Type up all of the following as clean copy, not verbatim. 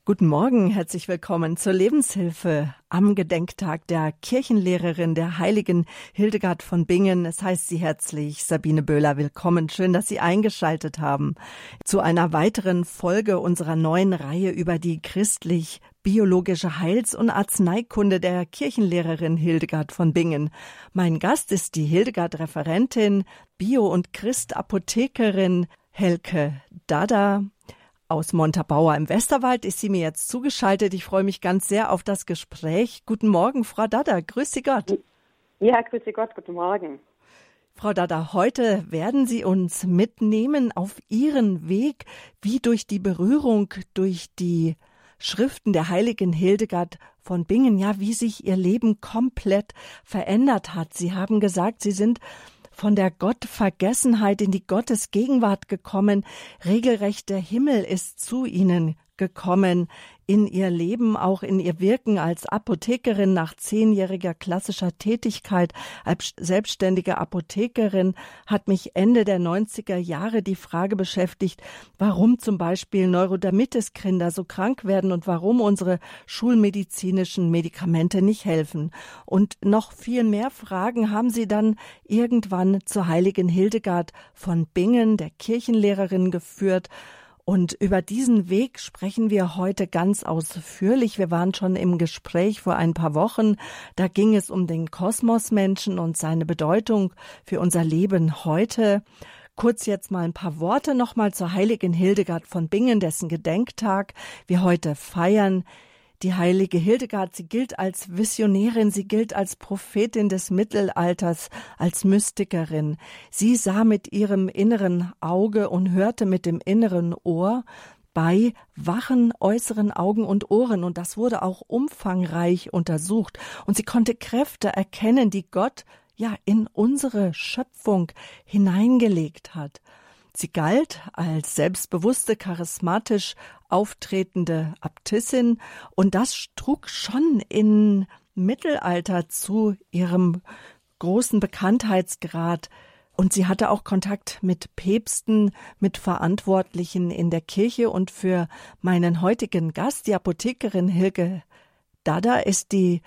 Guten Morgen, herzlich willkommen zur Lebenshilfe am Gedenktag der Kirchenlehrerin der heiligen Hildegard von Bingen. Es heißt Sie herzlich Sabine Böhler willkommen. Schön, dass Sie eingeschaltet haben zu einer weiteren Folge unserer neuen Reihe über die christlich-biologische Heils- und Arzneikunde der Kirchenlehrerin Hildegard von Bingen. Mein Gast ist die Hildegard-Referentin, Bio- und Christapothekerin Helke Dada. Aus Montabaur im Westerwald ist sie mir jetzt zugeschaltet. Ich freue mich ganz sehr auf das Gespräch. Guten Morgen, Frau Dada. Grüß Sie Gott. Ja, grüße Gott. Guten Morgen. Frau Dada, heute werden Sie uns mitnehmen auf Ihren Weg, wie durch die Berührung, durch die Schriften der heiligen Hildegard von Bingen, ja, wie sich Ihr Leben komplett verändert hat. Sie haben gesagt, Sie sind von der Gottvergessenheit in die Gottesgegenwart gekommen. Regelrecht der Himmel ist zu Ihnen gekommen in Ihr Leben, auch in Ihr Wirken als Apothekerin nach 10-jähriger klassischer Tätigkeit. Als selbstständige Apothekerin hat mich Ende der 90er Jahre die Frage beschäftigt, warum zum Beispiel Neurodermitis-Kinder so krank werden und warum unsere schulmedizinischen Medikamente nicht helfen. Und noch viel mehr Fragen haben sie dann irgendwann zur heiligen Hildegard von Bingen, der Kirchenlehrerin, geführt. Und über diesen Weg sprechen wir heute ganz ausführlich. Wir waren schon im Gespräch vor ein paar Wochen. Da ging es um den Kosmosmenschen und seine Bedeutung für unser Leben heute. Kurz jetzt mal ein paar Worte nochmal zur heiligen Hildegard von Bingen, dessen Gedenktag wir heute feiern. Die heilige Hildegard, sie gilt als Visionärin, sie gilt als Prophetin des Mittelalters, als Mystikerin. Sie sah mit ihrem inneren Auge und hörte mit dem inneren Ohr bei wachen äußeren Augen und Ohren. Und das wurde auch umfangreich untersucht. Und sie konnte Kräfte erkennen, die Gott ja in unsere Schöpfung hineingelegt hat. Sie galt als selbstbewusste, charismatisch auftretende Äbtissin und das trug schon im Mittelalter zu ihrem großen Bekanntheitsgrad. Und sie hatte auch Kontakt mit Päpsten, mit Verantwortlichen in der Kirche. Und für meinen heutigen Gast, die Apothekerin Helke Dada, ist die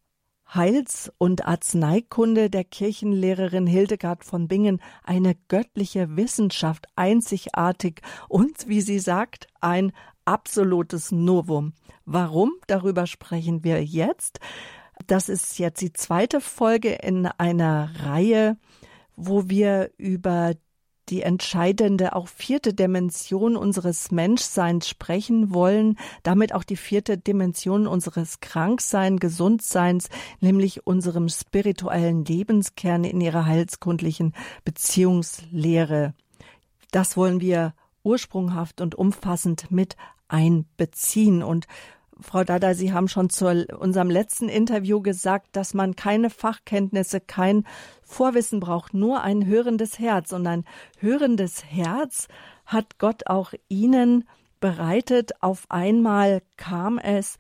Heils- und Arzneikunde der Kirchenlehrerin Hildegard von Bingen eine göttliche Wissenschaft, einzigartig und, wie sie sagt, ein absolutes Novum. Warum? Darüber sprechen wir jetzt. Das ist jetzt die zweite Folge in einer Reihe, wo wir über die entscheidende, auch 4. Dimension unseres Menschseins sprechen wollen, damit auch die 4. Dimension unseres Krankseins, Gesundseins, nämlich unserem spirituellen Lebenskern in ihrer heilskundlichen Beziehungslehre. Das wollen wir ursprunghaft und umfassend mit einbeziehen. Und Frau Dada, Sie haben schon zu unserem letzten Interview gesagt, dass man keine Fachkenntnisse, kein Vorwissen braucht, nur ein hörendes Herz. Und ein hörendes Herz hat Gott auch Ihnen bereitet. Auf einmal kam es.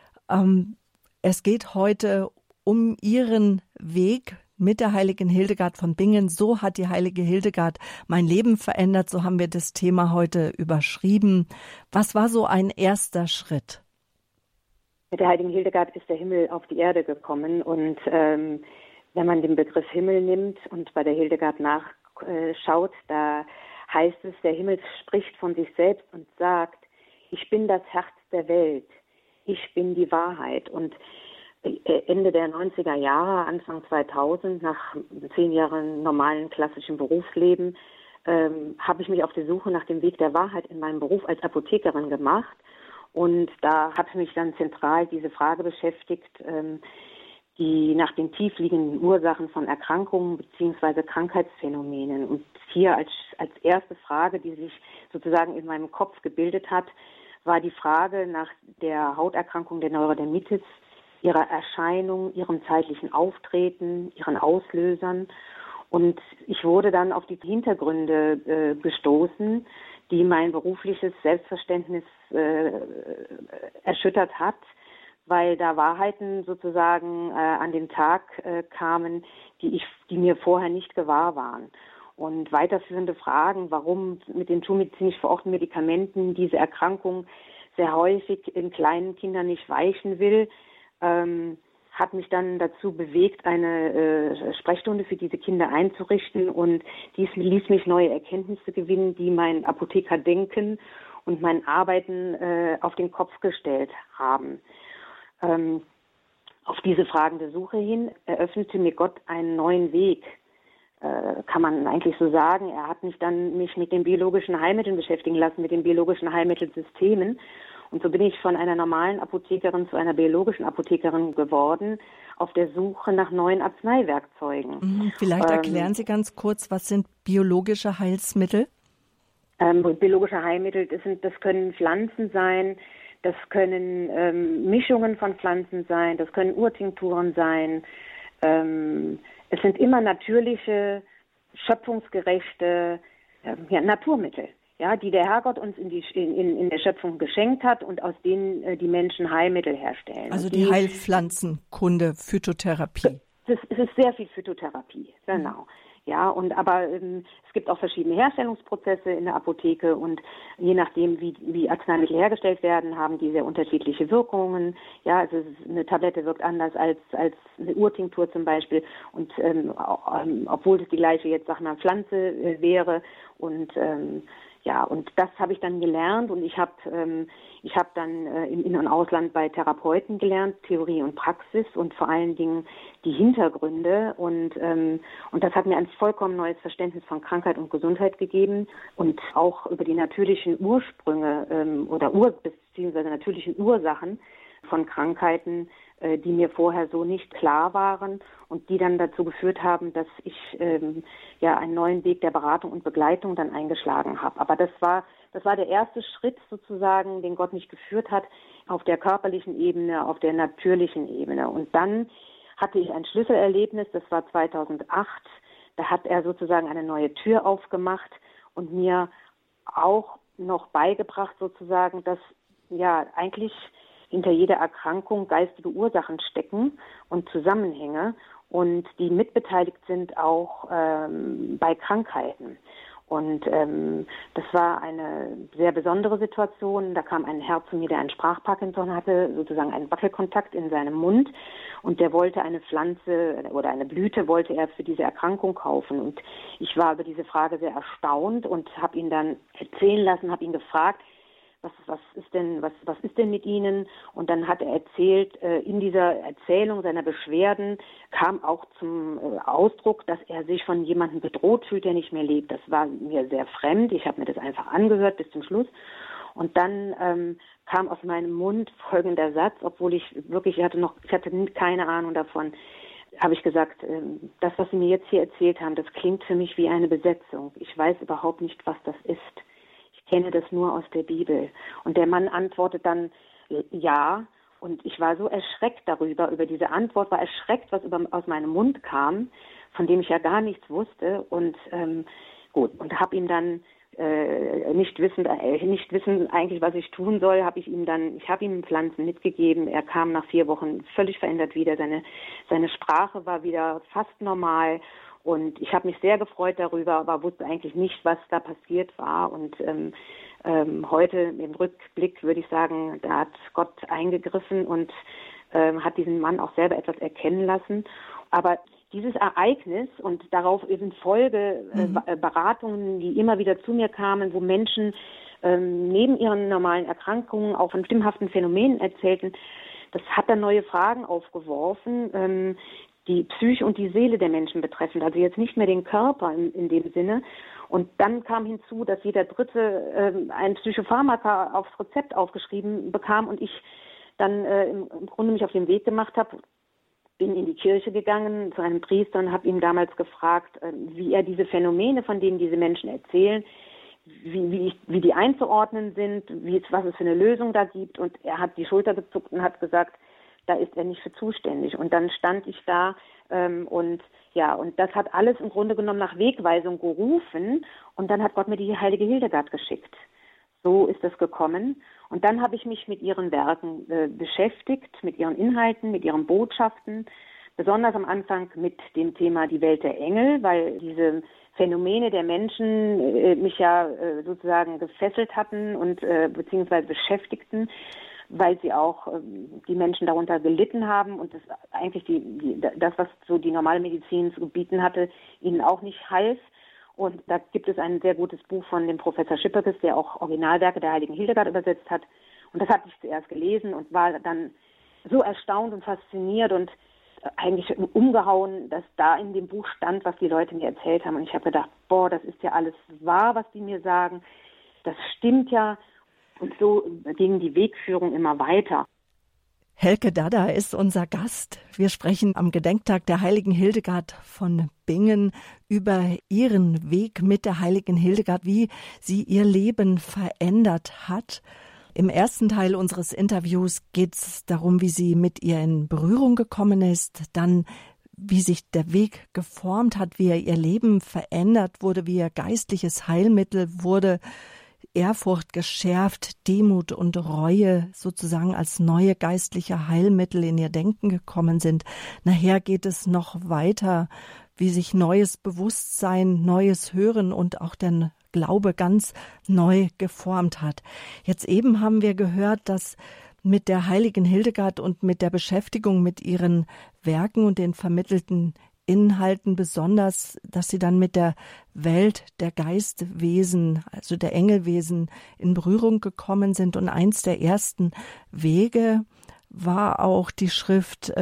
Es geht heute um Ihren Weg mit der heiligen Hildegard von Bingen. So hat die heilige Hildegard mein Leben verändert. So haben wir das Thema heute überschrieben. Was war so ein erster Schritt? Mit der heiligen Hildegard ist der Himmel auf die Erde gekommen und wenn man den Begriff Himmel nimmt und bei der Hildegard nachschaut, da heißt es, der Himmel spricht von sich selbst und sagt, ich bin das Herz der Welt, ich bin die Wahrheit. Und Ende der 90er Jahre, Anfang 2000, nach 10 Jahren normalen klassischen Berufsleben, habe ich mich auf die Suche nach dem Weg der Wahrheit in meinem Beruf als Apothekerin gemacht. Und da hat mich dann zentral diese Frage beschäftigt, die nach den tiefliegenden Ursachen von Erkrankungen bzw. Krankheitsphänomenen. Und hier als erste Frage, die sich sozusagen in meinem Kopf gebildet hat, war die Frage nach der Hauterkrankung der Neurodermitis, ihrer Erscheinung, ihrem zeitlichen Auftreten, ihren Auslösern. Und ich wurde dann auf die Hintergründe gestoßen, die mein berufliches Selbstverständnis erschüttert hat, weil da Wahrheiten sozusagen an den Tag kamen, die mir vorher nicht gewahr waren. Und weiterführende Fragen, warum mit den schulmedizinisch verordneten Medikamenten diese Erkrankung sehr häufig in kleinen Kindern nicht weichen will, hat mich dann dazu bewegt, eine Sprechstunde für diese Kinder einzurichten, und dies ließ mich neue Erkenntnisse gewinnen, die mein Apothekerdenken und mein Arbeiten auf den Kopf gestellt haben. Auf diese fragende Suche hin eröffnete mir Gott einen neuen Weg, kann man eigentlich so sagen. Er hat mich dann mit den biologischen Heilmitteln beschäftigen lassen, mit den biologischen Heilmittelsystemen. Und so bin ich von einer normalen Apothekerin zu einer biologischen Apothekerin geworden, auf der Suche nach neuen Arzneiwerkzeugen. Vielleicht erklären Sie ganz kurz, was sind biologische Heilsmittel? Biologische Heilmittel, das können Pflanzen sein, das können Mischungen von Pflanzen sein, das können Urtinkturen sein. Es sind immer natürliche, schöpfungsgerechte Naturmittel, ja, die der Herrgott uns in der Schöpfung geschenkt hat und aus denen die Menschen Heilmittel herstellen. Also die Heilpflanzenkunde, Phytotherapie. Es ist sehr viel Phytotherapie, genau. Ja, aber es gibt auch verschiedene Herstellungsprozesse in der Apotheke, und je nachdem, wie Arzneimittel hergestellt werden, haben die sehr unterschiedliche Wirkungen. Ja, also eine Tablette wirkt anders als eine Urtinktur zum Beispiel, und obwohl es die gleiche jetzt Pflanze wäre, und und das habe ich dann gelernt, und ich habe dann im In- und Ausland bei Therapeuten gelernt, Theorie und Praxis und vor allen Dingen die Hintergründe, und das hat mir ein vollkommen neues Verständnis von Krankheit und Gesundheit gegeben, und auch über die natürlichen Ursprünge beziehungsweise natürlichen Ursachen von Krankheiten, die mir vorher so nicht klar waren und die dann dazu geführt haben, dass ich einen neuen Weg der Beratung und Begleitung dann eingeschlagen habe. Aber das war der erste Schritt sozusagen, den Gott mich geführt hat, auf der körperlichen Ebene, auf der natürlichen Ebene. Und dann hatte ich ein Schlüsselerlebnis, das war 2008. Da hat er sozusagen eine neue Tür aufgemacht und mir auch noch beigebracht sozusagen, dass eigentlich hinter jeder Erkrankung geistige Ursachen stecken und Zusammenhänge, und die mitbeteiligt sind auch bei Krankheiten. Und das war eine sehr besondere Situation. Da kam ein Herr zu mir, der einen Sprachparkinson hatte, sozusagen einen Wackelkontakt in seinem Mund, und der wollte eine Pflanze oder eine Blüte wollte er für diese Erkrankung kaufen. Und ich war über diese Frage sehr erstaunt und habe ihn dann erzählen lassen, habe ihn gefragt, was ist denn mit Ihnen? Und dann hat er erzählt, in dieser Erzählung seiner Beschwerden kam auch zum Ausdruck, dass er sich von jemandem bedroht fühlt, der nicht mehr lebt. Das war mir sehr fremd. Ich habe mir das einfach angehört bis zum Schluss. Und dann kam aus meinem Mund folgender Satz, obwohl ich hatte keine Ahnung davon, habe ich gesagt, das, was Sie mir jetzt hier erzählt haben, das klingt für mich wie eine Besetzung. Ich weiß überhaupt nicht, was das ist. Ich kenne das nur aus der Bibel. Und der Mann antwortet dann, ja. Und ich war so erschreckt über diese Antwort, war erschreckt, was aus meinem Mund kam, von dem ich ja gar nichts wusste. Und und habe ihm dann nicht wissen eigentlich, was ich tun soll, ich habe ihm Pflanzen mitgegeben. Er kam nach 4 Wochen völlig verändert wieder. Seine Sprache war wieder fast normal. Und ich habe mich sehr gefreut darüber, aber wusste eigentlich nicht, was da passiert war. Und heute im Rückblick würde ich sagen, da hat Gott eingegriffen und hat diesen Mann auch selber etwas erkennen lassen. Aber dieses Ereignis und darauf eben Folge Beratungen, die immer wieder zu mir kamen, wo Menschen neben ihren normalen Erkrankungen auch von stimmhaften Phänomenen erzählten, das hat dann neue Fragen aufgeworfen, die Psyche und die Seele der Menschen betreffend, also jetzt nicht mehr den Körper in dem Sinne. Und dann kam hinzu, dass jeder Dritte ein Psychopharmaka aufs Rezept aufgeschrieben bekam und ich dann im Grunde mich auf den Weg gemacht habe, bin in die Kirche gegangen zu einem Priester und habe ihn damals gefragt, wie er diese Phänomene, von denen diese Menschen erzählen, wie die einzuordnen sind, was es für eine Lösung da gibt. Und er hat die Schulter gezuckt und hat gesagt, da ist er nicht für zuständig. Und dann stand ich da und das hat alles im Grunde genommen nach Wegweisung gerufen. Und dann hat Gott mir die heilige Hildegard geschickt. So ist es gekommen. Und dann habe ich mich mit ihren Werken beschäftigt, mit ihren Inhalten, mit ihren Botschaften, besonders am Anfang mit dem Thema die Welt der Engel, weil diese Phänomene der Menschen mich ja sozusagen gefesselt hatten und beziehungsweise beschäftigten, weil sie auch die Menschen darunter gelitten haben und das eigentlich das, was so die normale Medizin zu bieten hatte, ihnen auch nicht half. Und da gibt es ein sehr gutes Buch von dem Professor Schipperkes, der auch Originalwerke der heiligen Hildegard übersetzt hat. Und das hatte ich zuerst gelesen und war dann so erstaunt und fasziniert und eigentlich umgehauen, dass da in dem Buch stand, was die Leute mir erzählt haben. Und ich habe gedacht, boah, das ist ja alles wahr, was die mir sagen. Das stimmt ja. Und so ging die Wegführung immer weiter. Helke Dada ist unser Gast. Wir sprechen am Gedenktag der heiligen Hildegard von Bingen über ihren Weg mit der heiligen Hildegard, wie sie ihr Leben verändert hat. Im ersten Teil unseres Interviews geht es darum, wie sie mit ihr in Berührung gekommen ist, dann wie sich der Weg geformt hat, wie ihr Leben verändert wurde, wie ihr geistliches Heilmittel wurde, Ehrfurcht geschärft, Demut und Reue sozusagen als neue geistliche Heilmittel in ihr Denken gekommen sind. Nachher geht es noch weiter, wie sich neues Bewusstsein, neues Hören und auch der Glaube ganz neu geformt hat. Jetzt eben haben wir gehört, dass mit der heiligen Hildegard und mit der Beschäftigung mit ihren Werken und den vermittelten Inhalten besonders, dass sie dann mit der Welt der Geistwesen, also der Engelwesen in Berührung gekommen sind. Und eins der ersten Wege war auch die Schrift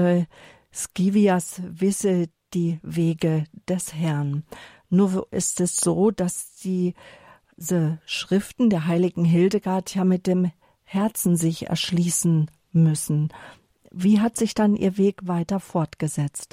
Scivias Wisse die Wege des Herrn. Nur ist es so, dass diese Schriften der heiligen Hildegard ja mit dem Herzen sich erschließen müssen. Wie hat sich dann ihr Weg weiter fortgesetzt?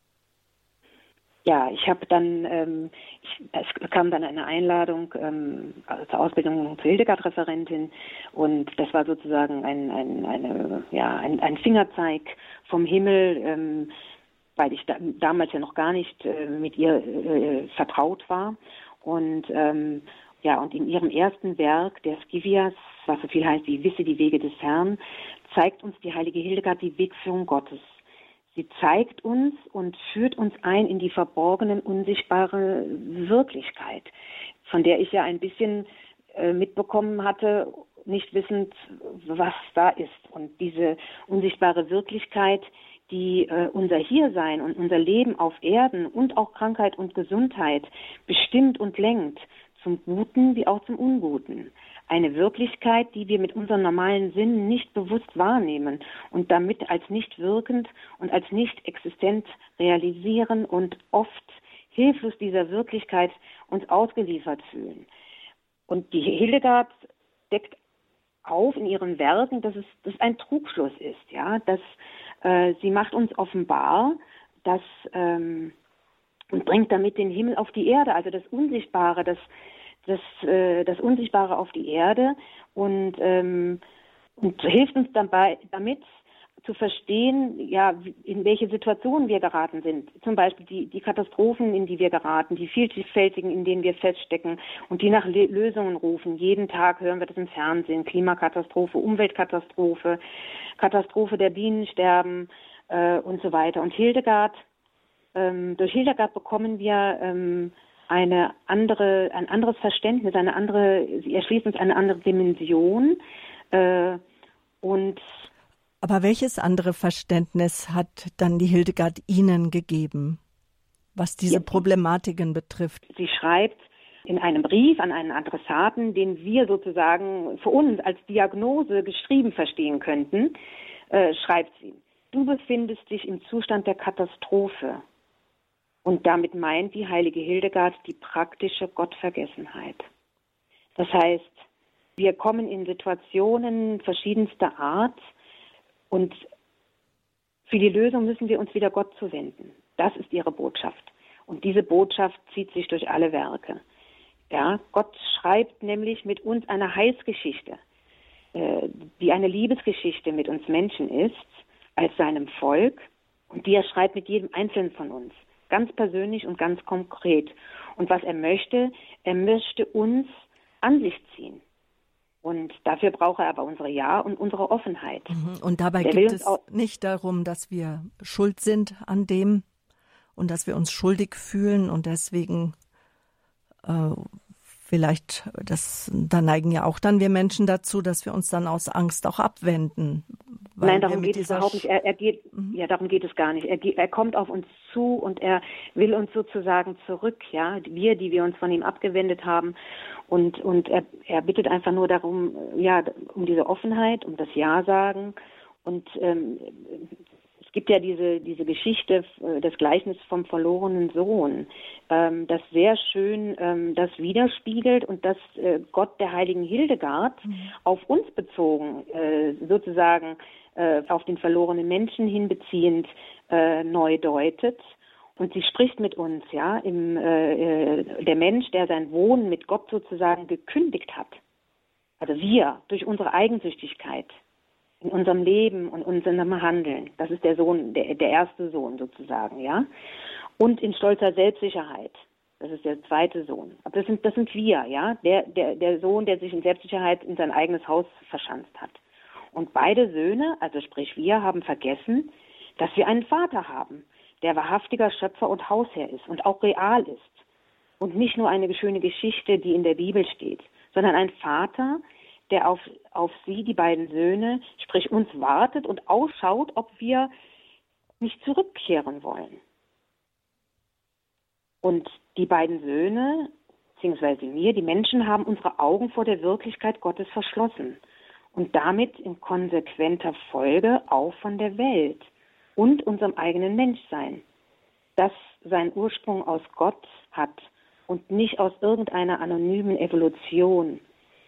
Ja, ich habe dann, es bekam dann eine Einladung zur Ausbildung zur Hildegard-Referentin und das war sozusagen ein Fingerzeig vom Himmel, weil ich damals ja noch gar nicht mit ihr vertraut war und und in ihrem ersten Werk, der Scivias, was so viel heißt wie Wisse die Wege des Herrn, zeigt uns die heilige Hildegard die Wegführung Gottes. Sie zeigt uns und führt uns ein in die verborgene, unsichtbare Wirklichkeit, von der ich ja ein bisschen mitbekommen hatte, nicht wissend, was da ist. Und diese unsichtbare Wirklichkeit, die unser Hiersein und unser Leben auf Erden und auch Krankheit und Gesundheit bestimmt und lenkt, zum Guten wie auch zum Unguten. Eine Wirklichkeit, die wir mit unseren normalen Sinnen nicht bewusst wahrnehmen und damit als nicht wirkend und als nicht existent realisieren und oft hilflos dieser Wirklichkeit uns ausgeliefert fühlen. Und die Hildegard deckt auf in ihren Werken, dass es ein Trugschluss ist, ja, dass sie macht uns offenbar, dass und bringt damit den Himmel auf die Erde, also das Unsichtbare, das Unsichtbare auf die Erde und hilft uns dabei, damit zu verstehen, ja, in welche Situationen wir geraten sind. Zum Beispiel die Katastrophen, in die wir geraten, die vielfältigen, in denen wir feststecken und die nach Lösungen rufen. Jeden Tag hören wir das im Fernsehen. Klimakatastrophe, Umweltkatastrophe, Katastrophe der Bienensterben und so weiter. Und durch Hildegard bekommen wir ein anderes Verständnis, sie erschließt uns eine andere Dimension Aber welches andere Verständnis hat dann die Hildegard Ihnen gegeben, was diese Problematiken betrifft? Sie schreibt in einem Brief an einen Adressaten, den wir sozusagen für uns als Diagnose geschrieben verstehen könnten, schreibt sie: Du befindest dich im Zustand der Katastrophe. Und damit meint die heilige Hildegard die praktische Gottvergessenheit. Das heißt, wir kommen in Situationen verschiedenster Art und für die Lösung müssen wir uns wieder Gott zuwenden. Das ist ihre Botschaft. Und diese Botschaft zieht sich durch alle Werke. Ja, Gott schreibt nämlich mit uns eine Heilsgeschichte, die eine Liebesgeschichte mit uns Menschen ist, als seinem Volk. Und die er schreibt mit jedem Einzelnen von uns. Ganz persönlich und ganz konkret. Und was er möchte uns an sich ziehen. Und dafür braucht er aber unsere Ja und unsere Offenheit. Und dabei geht es nicht darum, dass wir schuld sind an dem und dass wir uns schuldig fühlen und deswegen vielleicht, da neigen ja auch dann wir Menschen dazu, dass wir uns dann aus Angst auch abwenden. Nein, darum geht es überhaupt nicht. Darum geht es gar nicht. Er kommt auf uns zu und er will uns sozusagen zurück, ja, die wir uns von ihm abgewendet haben. Und er bittet einfach nur darum, ja, um diese Offenheit, um das Ja sagen. Und es gibt ja diese Geschichte, das Gleichnis vom verlorenen Sohn, das sehr schön das widerspiegelt und das Gott der heiligen Hildegard auf uns bezogen, sozusagen auf den verlorenen Menschen hinbeziehend neu deutet. Und sie spricht mit uns, ja, der Mensch, der sein Wohnen mit Gott sozusagen gekündigt hat. Also wir, durch unsere Eigensüchtigkeit in unserem Leben und unserem Handeln. Das ist der Sohn, der erste Sohn sozusagen, ja. Und in stolzer Selbstsicherheit. Das ist der zweite Sohn. Aber das sind wir, ja. Der Sohn, der sich in Selbstsicherheit in sein eigenes Haus verschanzt hat. Und beide Söhne, also sprich wir, haben vergessen, dass wir einen Vater haben, der wahrhaftiger Schöpfer und Hausherr ist und auch real ist. Und nicht nur eine schöne Geschichte, die in der Bibel steht, sondern ein Vater, der auf sie, die beiden Söhne, sprich uns wartet und ausschaut, ob wir nicht zurückkehren wollen. Und die beiden Söhne, beziehungsweise wir, die Menschen, haben unsere Augen vor der Wirklichkeit Gottes verschlossen und damit in konsequenter Folge auch von der Welt und unserem eigenen Menschsein, das seinen Ursprung aus Gott hat und nicht aus irgendeiner anonymen Evolution,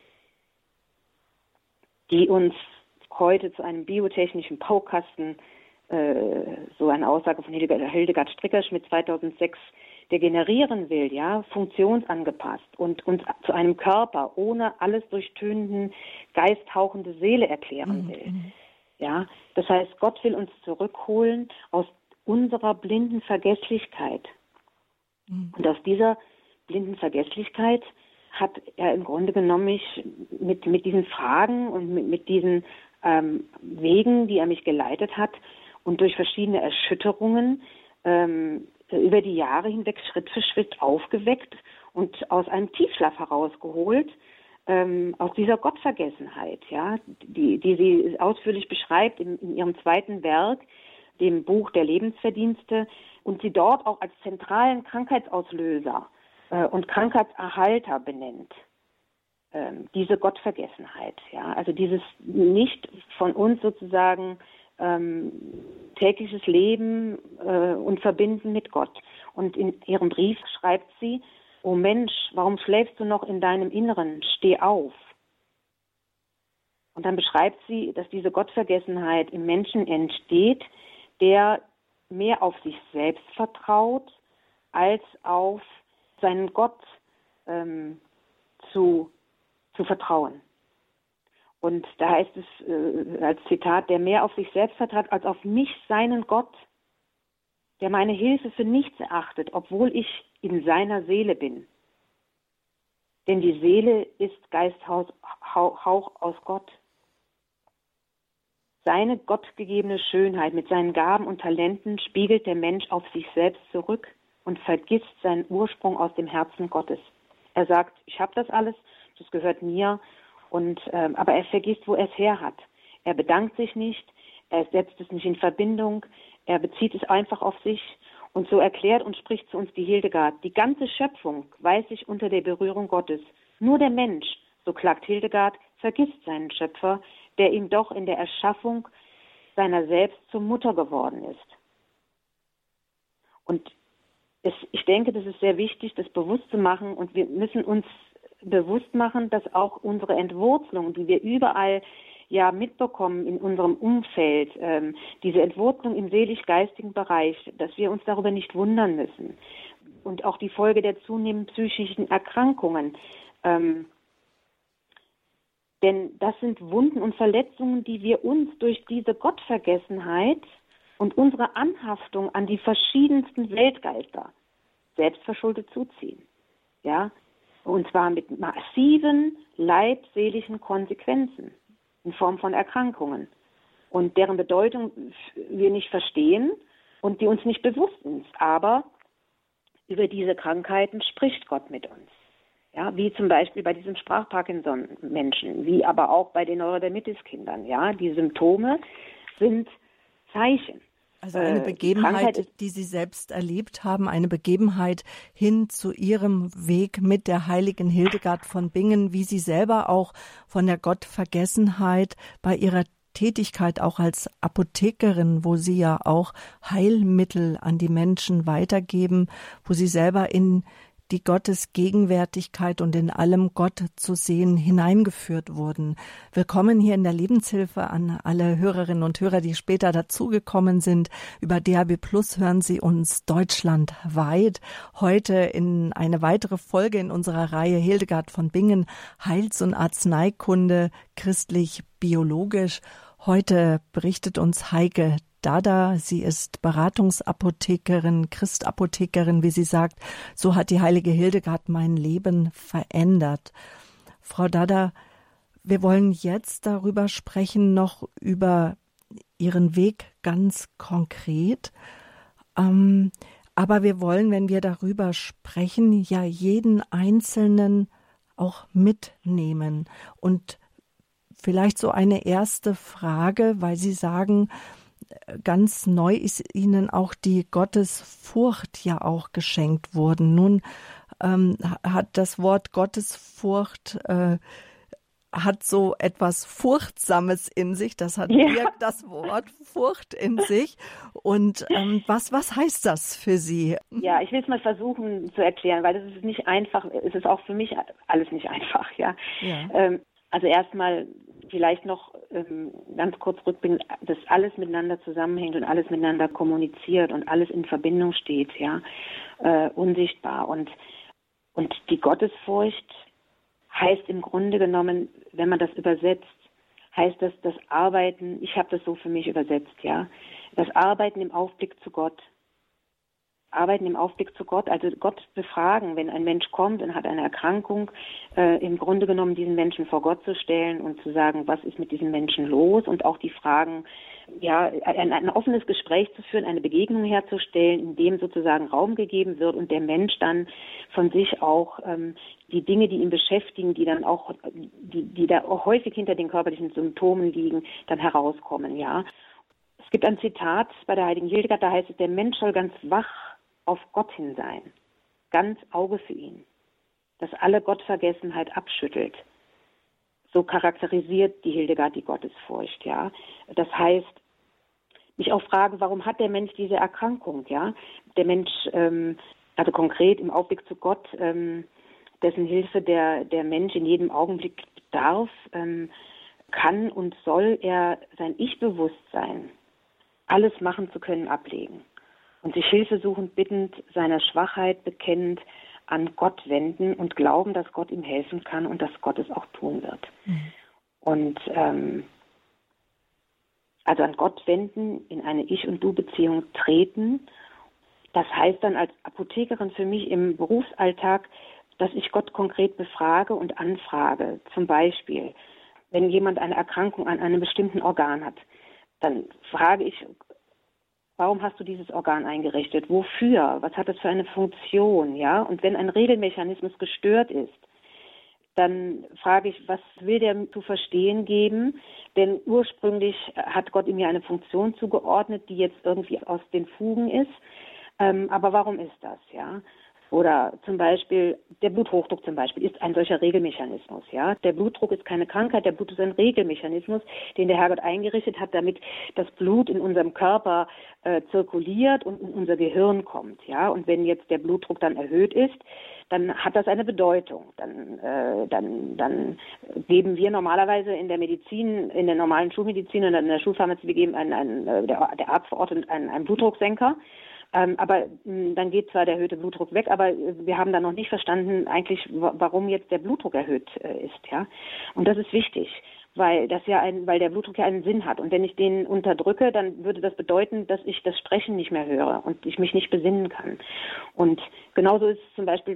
die uns heute zu einem biotechnischen Baukasten, so eine Aussage von Hildegard Strickerschmidt 2006, degenerieren will, ja, funktionsangepasst und uns zu einem Körper ohne alles durchtönenden, geisthauchende Seele erklären will. Ja, das heißt, Gott will uns zurückholen aus unserer blinden Vergesslichkeit. Und aus dieser blinden Vergesslichkeit hat er im Grunde genommen mich mit diesen Fragen und mit diesen Wegen, die er mich geleitet hat und durch verschiedene Erschütterungen über die Jahre hinweg Schritt für Schritt aufgeweckt und aus einem Tiefschlaf herausgeholt, aus dieser Gottvergessenheit, ja, die sie ausführlich beschreibt in ihrem zweiten Werk, dem Buch der Lebensverdienste, und sie dort auch als zentralen Krankheitsauslöser und Krankheitserhalter benennt. Diese Gottvergessenheit, ja, also dieses nicht von uns sozusagen tägliches Leben und Verbinden mit Gott. Und in ihrem Brief schreibt sie: O Mensch, warum schläfst du noch in deinem Inneren? Steh auf. Und dann beschreibt sie, dass diese Gottvergessenheit im Menschen entsteht, der mehr auf sich selbst vertraut, als auf seinen Gott zu vertrauen. Und da heißt es als Zitat: der mehr auf sich selbst vertraut, als auf mich, seinen Gott, der meine Hilfe für nichts erachtet, obwohl ich in seiner Seele bin. Denn die Seele ist Geisthauch aus Gott. Seine gottgegebene Schönheit mit seinen Gaben und Talenten spiegelt der Mensch auf sich selbst zurück und vergisst seinen Ursprung aus dem Herzen Gottes. Er sagt: ich habe das alles, das gehört mir, aber er vergisst, wo er es her hat. Er bedankt sich nicht, er setzt es nicht in Verbindung, er bezieht es einfach auf sich. Und so erklärt und spricht zu uns die Hildegard: die ganze Schöpfung weiß sich unter der Berührung Gottes. Nur der Mensch, so klagt Hildegard, vergisst seinen Schöpfer, der ihm doch in der Erschaffung seiner selbst zur Mutter geworden ist. Und ich denke, das ist sehr wichtig, das bewusst zu machen. Und wir müssen uns bewusst machen, dass auch unsere Entwurzelung, die wir überall ja mitbekommen in unserem Umfeld, diese Entwurzelung im seelisch-geistigen Bereich, dass wir uns darüber nicht wundern müssen. Und auch die Folge der zunehmenden psychischen Erkrankungen. Denn das sind Wunden und Verletzungen, die wir uns durch diese Gottvergessenheit und unsere Anhaftung an die verschiedensten Weltgeister selbstverschuldet zuziehen. Ja? Und zwar mit massiven leibseelischen Konsequenzen in Form von Erkrankungen. Und deren Bedeutung wir nicht verstehen und die uns nicht bewusst sind. Aber über diese Krankheiten spricht Gott mit uns. Ja, wie zum Beispiel bei diesem Sprach-Parkinson-Menschen, wie aber auch bei den Neurodermitis-Kindern. Ja, die Symptome sind Zeichen. Also eine Begebenheit, die Sie selbst erlebt haben, eine Begebenheit hin zu Ihrem Weg mit der heiligen Hildegard von Bingen, wie Sie selber auch von der Gottvergessenheit bei Ihrer Tätigkeit auch als Apothekerin, wo Sie ja auch Heilmittel an die Menschen weitergeben, wo Sie selber in die Gottesgegenwärtigkeit und in allem Gott zu sehen hineingeführt wurden. Willkommen hier in der Lebenshilfe an alle Hörerinnen und Hörer, die später dazugekommen sind. Über DAB+ hören Sie uns deutschlandweit. Heute in eine weitere Folge in unserer Reihe Hildegard von Bingen, Heils- und Arzneikunde, christlich-biologisch. Heute berichtet uns Heike Dada. Sie ist Beratungsapothekerin, Christapothekerin, wie sie sagt. So hat die heilige Hildegard mein Leben verändert. Frau Dada, wir wollen jetzt darüber sprechen, noch über Ihren Weg ganz konkret. Aber wir wollen, wenn wir darüber sprechen, ja jeden Einzelnen auch mitnehmen. Und vielleicht so eine erste Frage, weil Sie sagen, ganz neu ist Ihnen auch die Gottesfurcht ja auch geschenkt worden. Nun hat das Wort Gottesfurcht hat so etwas Furchtsames in sich. Das hat das Wort Furcht in sich. Und was heißt das für Sie? Ja, ich will es mal versuchen zu erklären, weil das ist nicht einfach. Es ist auch für mich alles nicht einfach. Ja. Also erstmal vielleicht noch ganz kurz rückblickend, dass alles miteinander zusammenhängt und alles miteinander kommuniziert und alles in Verbindung steht, ja, unsichtbar. Und die Gottesfurcht heißt im Grunde genommen, wenn man das übersetzt, heißt das Arbeiten, ich habe das so für mich übersetzt, ja, das Arbeiten im Aufblick zu Gott. Arbeiten im Aufblick zu Gott, also Gott befragen, wenn ein Mensch kommt und hat eine Erkrankung, im Grunde genommen diesen Menschen vor Gott zu stellen und zu sagen, was ist mit diesem Menschen los, und auch die Fragen, ja, ein offenes Gespräch zu führen, eine Begegnung herzustellen, in dem sozusagen Raum gegeben wird und der Mensch dann von sich auch die Dinge, die ihn beschäftigen, die dann auch, die da auch häufig hinter den körperlichen Symptomen liegen, dann herauskommen, ja. Es gibt ein Zitat bei der heiligen Hildegard, da heißt es, der Mensch soll ganz wach auf Gott hin sein, ganz Auge für ihn, das alle Gottvergessenheit abschüttelt. So charakterisiert die Hildegard die Gottesfurcht, ja. Das heißt, mich auch fragen, warum hat der Mensch diese Erkrankung, ja? Der Mensch, also konkret im Aufblick zu Gott, dessen Hilfe der Mensch in jedem Augenblick bedarf, kann und soll er sein Ich-Bewusstsein, alles machen zu können, ablegen und sich hilfesuchend bittend, seiner Schwachheit bekennend an Gott wenden und glauben, dass Gott ihm helfen kann und dass Gott es auch tun wird. Und also an Gott wenden, in eine Ich- und Du-Beziehung treten, das heißt dann als Apothekerin für mich im Berufsalltag, dass ich Gott konkret befrage und anfrage. Zum Beispiel, wenn jemand eine Erkrankung an einem bestimmten Organ hat, dann frage ich, warum hast du dieses Organ eingerichtet? Wofür? Was hat es für eine Funktion? Ja? Und wenn ein Regelmechanismus gestört ist, dann frage ich, was will der zu verstehen geben? Denn ursprünglich hat Gott ihm ja eine Funktion zugeordnet, die jetzt irgendwie aus den Fugen ist. Aber warum ist das? Ja? Oder zum Beispiel, der Bluthochdruck zum Beispiel ist ein solcher Regelmechanismus. Ja? Der Blutdruck ist keine Krankheit, der Blut ist ein Regelmechanismus, den der Herrgott eingerichtet hat, damit das Blut in unserem Körper zirkuliert und in unser Gehirn kommt. Ja? Und wenn jetzt der Blutdruck dann erhöht ist, dann hat das eine Bedeutung. Dann geben wir normalerweise in der Medizin, in der normalen Schulmedizin und in der Schulpharmazie, wir geben der Arzt verordnet einen Blutdrucksenker. Aber dann geht zwar der erhöhte Blutdruck weg, aber wir haben dann noch nicht verstanden eigentlich, warum jetzt der Blutdruck erhöht ist, ja. Und das ist wichtig, weil der Blutdruck ja einen Sinn hat. Und wenn ich den unterdrücke, dann würde das bedeuten, dass ich das Sprechen nicht mehr höre und ich mich nicht besinnen kann. Und genauso ist zum Beispiel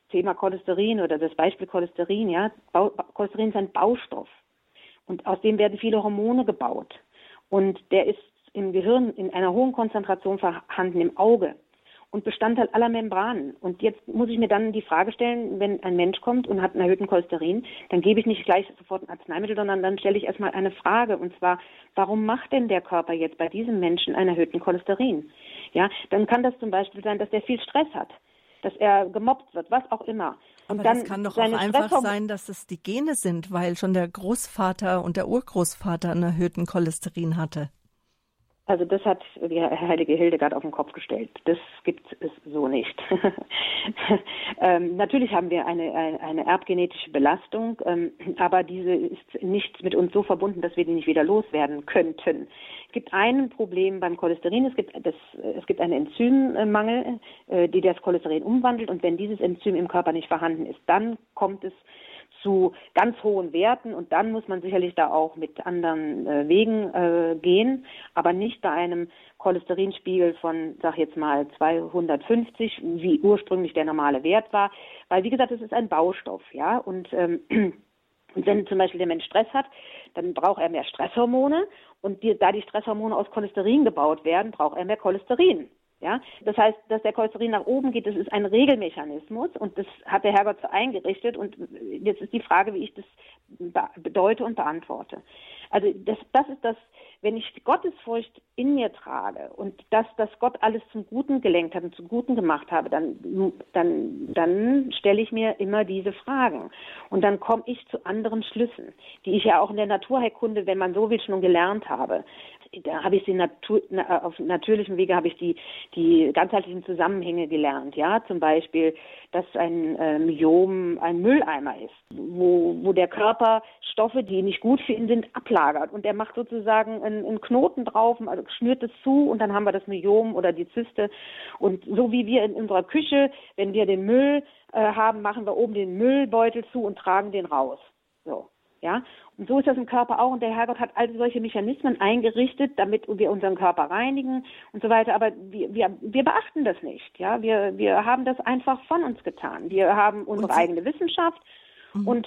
Thema Cholesterin oder das Beispiel Cholesterin, ja, Cholesterin ist ein Baustoff und aus dem werden viele Hormone gebaut und der ist im Gehirn in einer hohen Konzentration vorhanden, im Auge und Bestandteil aller Membranen. Und jetzt muss ich mir dann die Frage stellen, wenn ein Mensch kommt und hat einen erhöhten Cholesterin, dann gebe ich nicht gleich sofort ein Arzneimittel, sondern dann stelle ich erstmal eine Frage, und zwar, warum macht denn der Körper jetzt bei diesem Menschen einen erhöhten Cholesterin? Ja, dann kann das zum Beispiel sein, dass der viel Stress hat, dass er gemobbt wird, was auch immer. Und Aber dann das kann doch auch einfach sein, dass es die Gene sind, weil schon der Großvater und der Urgroßvater einen erhöhten Cholesterin hatte. Also das hat die heilige Hildegard auf den Kopf gestellt. Das gibt es so nicht. Natürlich haben wir eine erbgenetische Belastung, aber diese ist nicht mit uns so verbunden, dass wir die nicht wieder loswerden könnten. Es gibt ein Problem beim Cholesterin. Es gibt einen Enzymmangel, die das Cholesterin umwandelt. Und wenn dieses Enzym im Körper nicht vorhanden ist, dann kommt es zu ganz hohen Werten und dann muss man sicherlich da auch mit anderen Wegen gehen, aber nicht bei einem Cholesterinspiegel von, sag jetzt mal, 250, wie ursprünglich der normale Wert war, weil wie gesagt, es ist ein Baustoff, ja, und wenn zum Beispiel der Mensch Stress hat, dann braucht er mehr Stresshormone und da die Stresshormone aus Cholesterin gebaut werden, braucht er mehr Cholesterin. Ja, das heißt, dass der Cholesterin nach oben geht, das ist ein Regelmechanismus und das hat der Herrgott so eingerichtet und jetzt ist die Frage, wie ich das bedeute und beantworte. Also das ist das, wenn ich Gottesfurcht in mir trage und dass Gott alles zum Guten gelenkt hat und zum Guten gemacht habe, dann stelle ich mir immer diese Fragen und dann komme ich zu anderen Schlüssen, die ich ja auch in der Naturheilkunde, wenn man so will, schon gelernt habe. Da habe ich auf natürlichem Wege habe ich die ganzheitlichen Zusammenhänge gelernt, ja, zum Beispiel, dass ein Myom ein Mülleimer ist, wo der Körper Stoffe, die nicht gut für ihn sind, ablagert und der macht sozusagen einen Knoten drauf, also schnürt es zu und dann haben wir das Myom oder die Zyste und so wie wir in unserer Küche, wenn wir den Müll haben, machen wir oben den Müllbeutel zu und tragen den raus, so. Ja, und so ist das im Körper auch und der Herrgott hat all solche Mechanismen eingerichtet, damit wir unseren Körper reinigen und so weiter, aber wir beachten das nicht, ja, wir haben das einfach von uns getan. Wir haben unsere eigene Wissenschaft und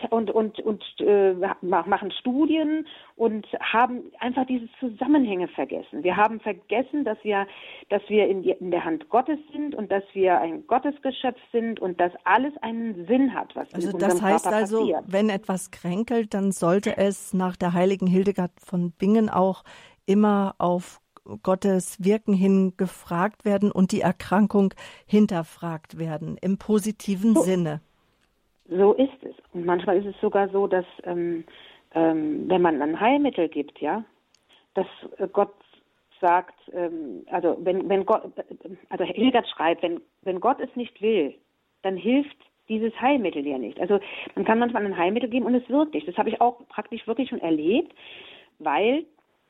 machen Studien und haben einfach diese Zusammenhänge vergessen. Wir haben vergessen, dass wir in der Hand Gottes sind und dass wir ein Gottesgeschöpf sind und dass alles einen Sinn hat, was in unserem Körper passiert. Also das heißt also, wenn etwas kränkelt, dann sollte es nach der heiligen Hildegard von Bingen auch immer auf Gottes Wirken hin gefragt werden und die Erkrankung hinterfragt werden, im positiven Sinne. So ist es. Und manchmal ist es sogar so, dass wenn man ein Heilmittel gibt, ja, dass Gott sagt, also wenn Gott, also Hildegard schreibt, wenn Gott es nicht will, dann hilft dieses Heilmittel ja nicht. Also man kann manchmal ein Heilmittel geben und es wirkt nicht. Das habe ich auch praktisch wirklich schon erlebt, weil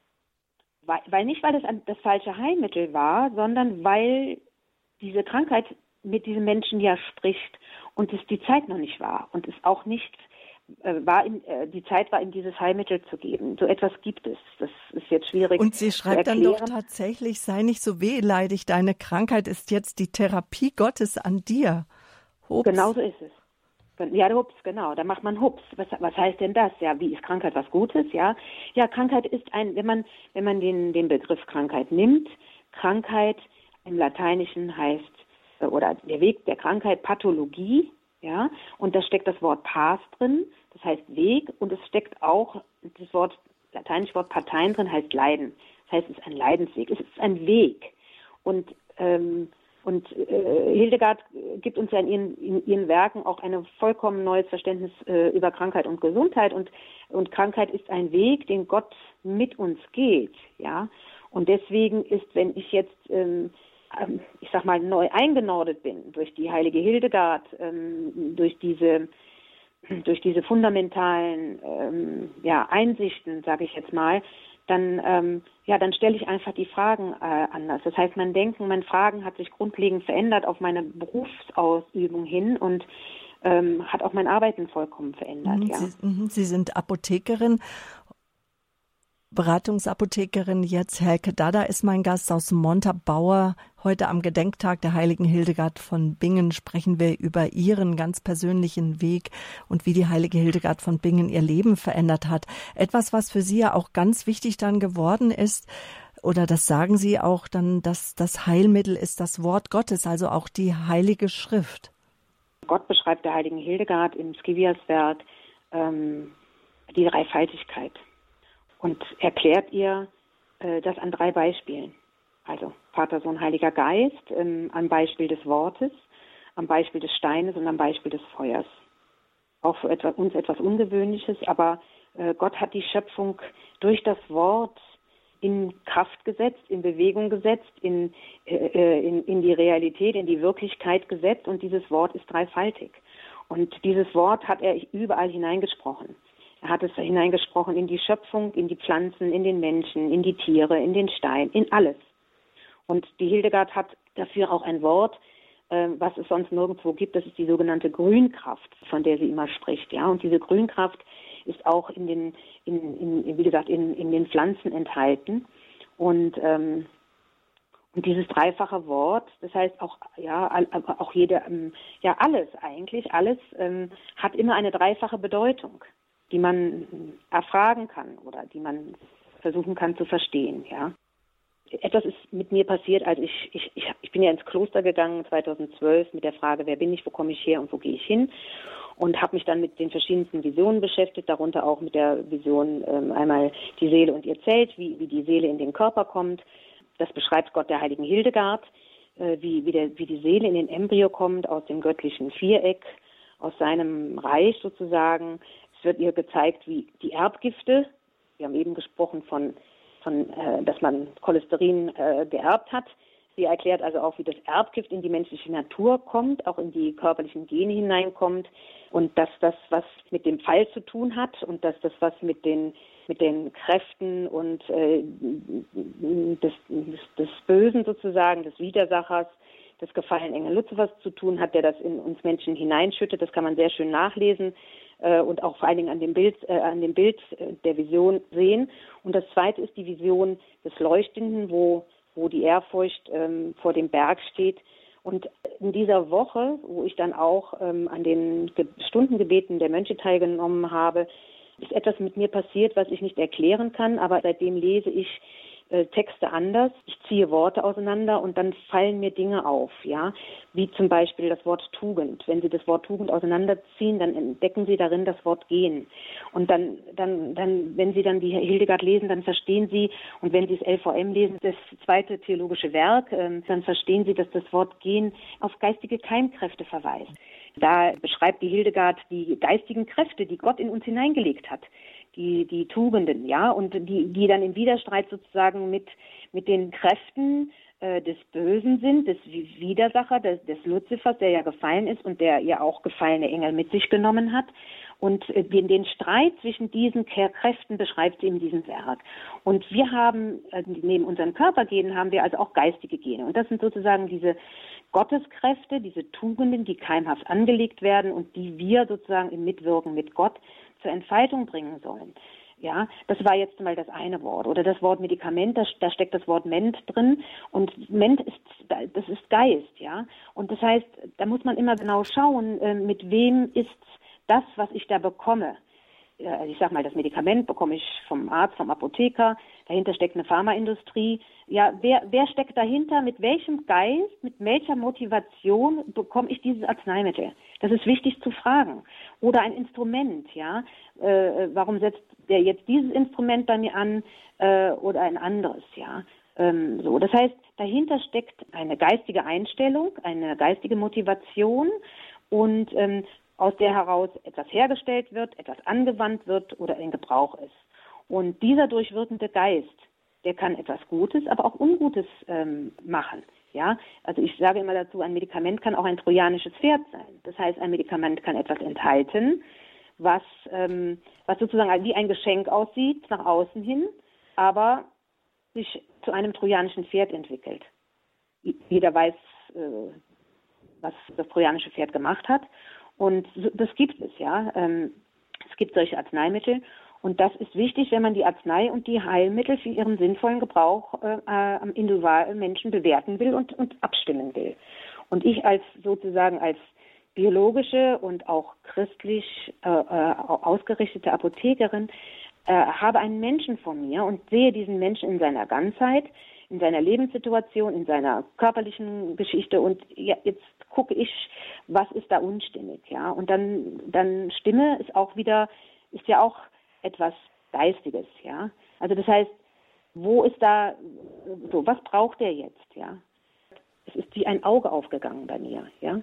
nicht, weil das falsche Heilmittel war, sondern weil diese Krankheit mit diesem Menschen ja spricht und es die Zeit noch nicht war und es auch nicht die Zeit war, ihm dieses Heilmittel zu geben. So etwas gibt es. Das ist jetzt schwierig. Und sie schreibt dann doch tatsächlich, sei nicht so wehleidig, deine Krankheit ist jetzt die Therapie Gottes an dir. Hups. Genau so ist es. Ja, der Hups, genau. Da macht man Hups. Was heißt denn das? Ja, wie ist Krankheit was Gutes? Ja, Krankheit ist wenn man den Begriff Krankheit nimmt, Krankheit im Lateinischen heißt oder der Weg der Krankheit Pathologie, ja, und da steckt das Wort Pars drin, das heißt Weg, und es steckt auch das lateinische Wort Parteien drin, heißt Leiden. Das heißt, es ist ein Leidensweg, es ist ein Weg. Und Hildegard gibt uns ja in ihren Werken auch ein vollkommen neues Verständnis über Krankheit und Gesundheit und Krankheit ist ein Weg, den Gott mit uns geht, ja. Und deswegen ist, wenn ich jetzt ich sag mal, neu eingenordet bin durch die heilige Hildegard, durch diese fundamentalen Einsichten, sage ich jetzt mal, dann stelle ich einfach die Fragen anders. Das heißt, mein Fragen hat sich grundlegend verändert auf meine Berufsausübung hin und hat auch mein Arbeiten vollkommen verändert. Ja. Sie sind Apothekerin. Beratungsapothekerin jetzt. Helke Dada ist mein Gast aus Montabaur. Heute am Gedenktag der heiligen Hildegard von Bingen sprechen wir über ihren ganz persönlichen Weg und wie die heilige Hildegard von Bingen ihr Leben verändert hat. Etwas, was für Sie ja auch ganz wichtig dann geworden ist, oder das sagen Sie auch dann, dass das Heilmittel ist das Wort Gottes, also auch die Heilige Schrift. Gott beschreibt der heiligen Hildegard im Scivias-Werk die Dreifaltigkeit und erklärt ihr das an 3 Beispielen. Also Vater, Sohn, Heiliger Geist, am Beispiel des Wortes, am Beispiel des Steines und am Beispiel des Feuers. Auch für uns etwas Ungewöhnliches, aber Gott hat die Schöpfung durch das Wort in Kraft gesetzt, in Bewegung gesetzt, in die Realität, in die Wirklichkeit gesetzt, und dieses Wort ist dreifaltig. Und dieses Wort hat er überall hineingesprochen. Er hat es hineingesprochen in die Schöpfung, in die Pflanzen, in den Menschen, in die Tiere, in den Stein, in alles. Und die Hildegard hat dafür auch ein Wort, was es sonst nirgendwo gibt. Das ist die sogenannte Grünkraft, von der sie immer spricht. Ja? Und diese Grünkraft ist auch in den Pflanzen enthalten. Und dieses dreifache Wort, das heißt auch alles hat immer eine dreifache Bedeutung, die man erfragen kann oder die man versuchen kann zu verstehen. Ja. Etwas ist mit mir passiert, als ich bin ja ins Kloster gegangen 2012 mit der Frage, wer bin ich, wo komme ich her und wo gehe ich hin, und habe mich dann mit den verschiedensten Visionen beschäftigt, darunter auch mit der Vision einmal die Seele und ihr Zelt, wie die Seele in den Körper kommt. Das beschreibt Gott der heiligen Hildegard, wie die Seele in den Embryo kommt, aus dem göttlichen Viereck, aus seinem Reich sozusagen. Es wird ihr gezeigt, wie die Erbgifte, wir haben eben gesprochen von dass man Cholesterin geerbt hat. Sie erklärt also auch, wie das Erbgift in die menschliche Natur kommt, auch in die körperlichen Gene hineinkommt, und dass das was mit dem Fall zu tun hat und dass das was mit den Kräften und des Bösen sozusagen, des Widersachers, des gefallenen Engel Luzifers zu tun hat, der das in uns Menschen hineinschüttet. Das kann man sehr schön nachlesen und auch vor allen Dingen an dem Bild der Vision sehen. Und das Zweite ist die Vision des Leuchtenden, wo die Ehrfurcht vor dem Berg steht. Und in dieser Woche, wo ich dann auch an den Stundengebeten der Mönche teilgenommen habe, ist etwas mit mir passiert, was ich nicht erklären kann, aber seitdem lese ich Texte anders. Ich ziehe Worte auseinander und dann fallen mir Dinge auf, ja, wie zum Beispiel das Wort Tugend. Wenn Sie das Wort Tugend auseinanderziehen, dann entdecken Sie darin das Wort Gehen. Und dann, wenn Sie dann die Hildegard lesen, dann verstehen Sie, und wenn Sie das LVM lesen, das zweite theologische Werk, dann verstehen Sie, dass das Wort Gehen auf geistige Keimkräfte verweist. Da beschreibt die Hildegard die geistigen Kräfte, die Gott in uns hineingelegt hat. Die Tugenden, ja, und die dann im Widerstreit sozusagen mit den Kräften des Bösen sind, des Widersacher, des Luzifers, der ja gefallen ist und der ja auch gefallene Engel mit sich genommen hat. Und den Streit zwischen diesen Kräften beschreibt sie in diesem Werk. Und wir haben, neben unseren Körpergenen, haben wir also auch geistige Gene. Und das sind sozusagen diese Gotteskräfte, diese Tugenden, die keimhaft angelegt werden und die wir sozusagen im Mitwirken mit Gott zur Entfaltung bringen sollen. Ja, das war jetzt mal das eine Wort. Oder das Wort Medikament, da steckt das Wort Ment drin. Und Ment das ist Geist, ja. Und das heißt, da muss man immer genau schauen, mit wem ist das, was ich da bekomme. Ich sag mal, das Medikament bekomme ich vom Arzt, vom Apotheker. Dahinter steckt eine Pharmaindustrie. Ja, wer steckt dahinter? Mit welchem Geist, mit welcher Motivation bekomme ich dieses Arzneimittel? Das ist wichtig zu fragen. Oder ein Instrument, ja. Warum setzt der jetzt dieses Instrument bei mir an oder ein anderes, ja. So, das heißt, dahinter steckt eine geistige Einstellung, eine geistige Motivation und aus der heraus etwas hergestellt wird, etwas angewandt wird oder in Gebrauch ist. Und dieser durchwirkende Geist, der kann etwas Gutes, aber auch Ungutes machen. Ja, also ich sage immer dazu, ein Medikament kann auch ein trojanisches Pferd sein. Das heißt, ein Medikament kann etwas enthalten, was sozusagen wie ein Geschenk aussieht nach außen hin, aber sich zu einem trojanischen Pferd entwickelt. Jeder weiß, was das trojanische Pferd gemacht hat. Und das gibt es, ja. Es gibt solche Arzneimittel. Und das ist wichtig, wenn man die Arznei und die Heilmittel für ihren sinnvollen Gebrauch am individuellen Menschen bewerten will und abstimmen will. Und ich als biologische und auch christlich ausgerichtete Apothekerin habe einen Menschen vor mir und sehe diesen Menschen in seiner Ganzheit, in seiner Lebenssituation, in seiner körperlichen Geschichte und jetzt gucke ich, was ist da unstimmig, ja. Und dann Stimme ist ja auch etwas Geistiges, ja. Also das heißt, wo ist da, so, was braucht der jetzt, ja? Es ist wie ein Auge aufgegangen bei mir, ja.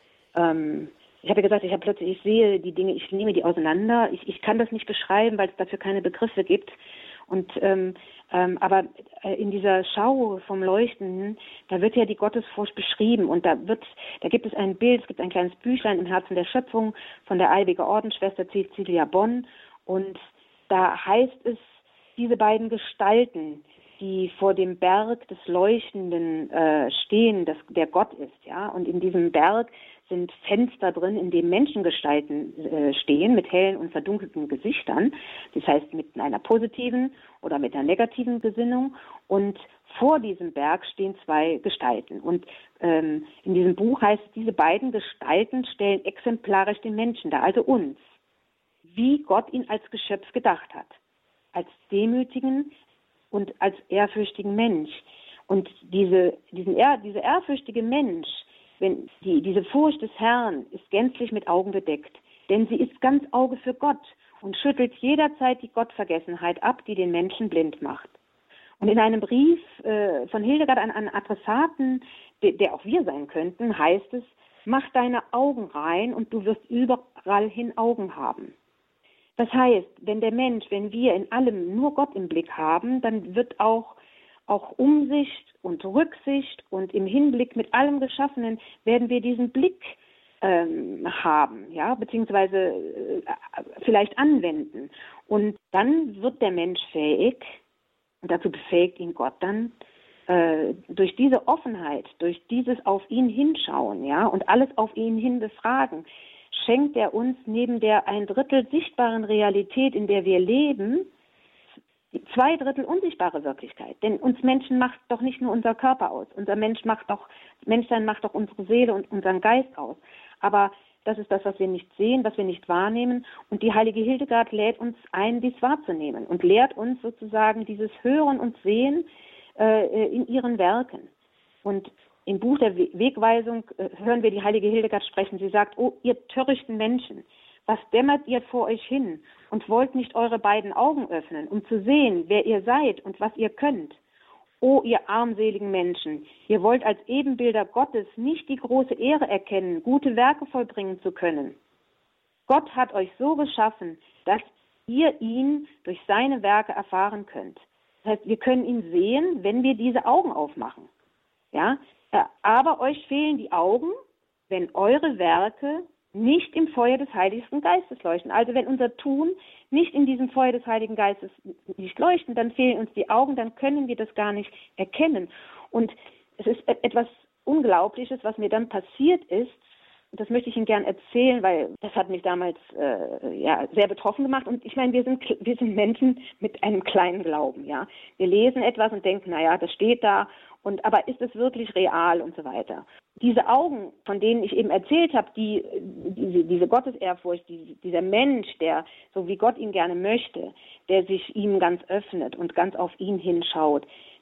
Ich habe ja gesagt, ich sehe die Dinge, ich nehme die auseinander. Ich kann das nicht beschreiben, weil es dafür keine Begriffe gibt. Und aber in dieser Schau vom Leuchtenden, da wird ja die Gottesfurcht beschrieben und da gibt es ein Bild, es gibt ein kleines Büchlein im Herzen der Schöpfung von der Eibiger Ordensschwester Cecilia Bonn und da heißt es, diese beiden Gestalten, die vor dem Berg des Leuchtenden stehen, der Gott ist, ja, und in diesem Berg sind Fenster drin, in dem Menschengestalten stehen, mit hellen und verdunkelten Gesichtern, das heißt mit einer positiven oder mit einer negativen Gesinnung und vor diesem Berg stehen zwei Gestalten und in diesem Buch heißt es, diese beiden Gestalten stellen exemplarisch den Menschen dar, also uns, wie Gott ihn als Geschöpf gedacht hat, als demütigen und als ehrfürchtigen Mensch. Und dieser ehrfürchtige Mensch, wenn diese Furcht des Herrn ist gänzlich mit Augen bedeckt, denn sie ist ganz Auge für Gott und schüttelt jederzeit die Gottvergessenheit ab, die den Menschen blind macht. Und in einem Brief von Hildegard an Adressaten, der auch wir sein könnten, heißt es, mach deine Augen rein und du wirst überall hin Augen haben. Das heißt, wenn wir in allem nur Gott im Blick haben, dann wird auch Umsicht und Rücksicht und im Hinblick mit allem Geschaffenen werden wir diesen Blick haben, ja, beziehungsweise vielleicht anwenden. Und dann wird der Mensch fähig, und dazu befähigt ihn Gott dann, durch diese Offenheit, durch dieses auf ihn hinschauen, ja, und alles auf ihn hin befragen, schenkt er uns neben der 1/3 sichtbaren Realität, in der wir leben, 2/3 unsichtbare Wirklichkeit. Denn uns Menschen macht doch nicht nur unser Körper aus. Menschsein macht doch unsere Seele und unseren Geist aus. Aber das ist das, was wir nicht sehen, was wir nicht wahrnehmen. Und die heilige Hildegard lädt uns ein, dies wahrzunehmen und lehrt uns sozusagen dieses Hören und Sehen in ihren Werken. Und im Buch der Wegweisung hören wir die heilige Hildegard sprechen. Sie sagt, oh, ihr törichten Menschen, was dämmert ihr vor euch hin und wollt nicht eure beiden Augen öffnen, um zu sehen, wer ihr seid und was ihr könnt? O ihr armseligen Menschen, ihr wollt als Ebenbilder Gottes nicht die große Ehre erkennen, gute Werke vollbringen zu können. Gott hat euch so geschaffen, dass ihr ihn durch seine Werke erfahren könnt. Das heißt, wir können ihn sehen, wenn wir diese Augen aufmachen. Ja? Aber euch fehlen die Augen, wenn eure Werke nicht im Feuer des Heiligen Geistes leuchten. Also wenn unser Tun nicht in diesem Feuer des Heiligen Geistes nicht leuchten, dann fehlen uns die Augen, dann können wir das gar nicht erkennen. Und es ist etwas Unglaubliches, was mir dann passiert ist. Und das möchte ich Ihnen gern erzählen, weil das hat mich damals sehr betroffen gemacht. Und ich meine, wir sind Menschen mit einem kleinen Glauben. Ja, wir lesen etwas und denken, naja, das steht da. Aber ist es wirklich real und so weiter? Diese Augen, von denen ich eben erzählt habe, diese Gottesehrfurcht, dieser Mensch, der, so wie Gott ihn gerne möchte, der sich ihm ganz öffnet und ganz auf ihn hinschaut.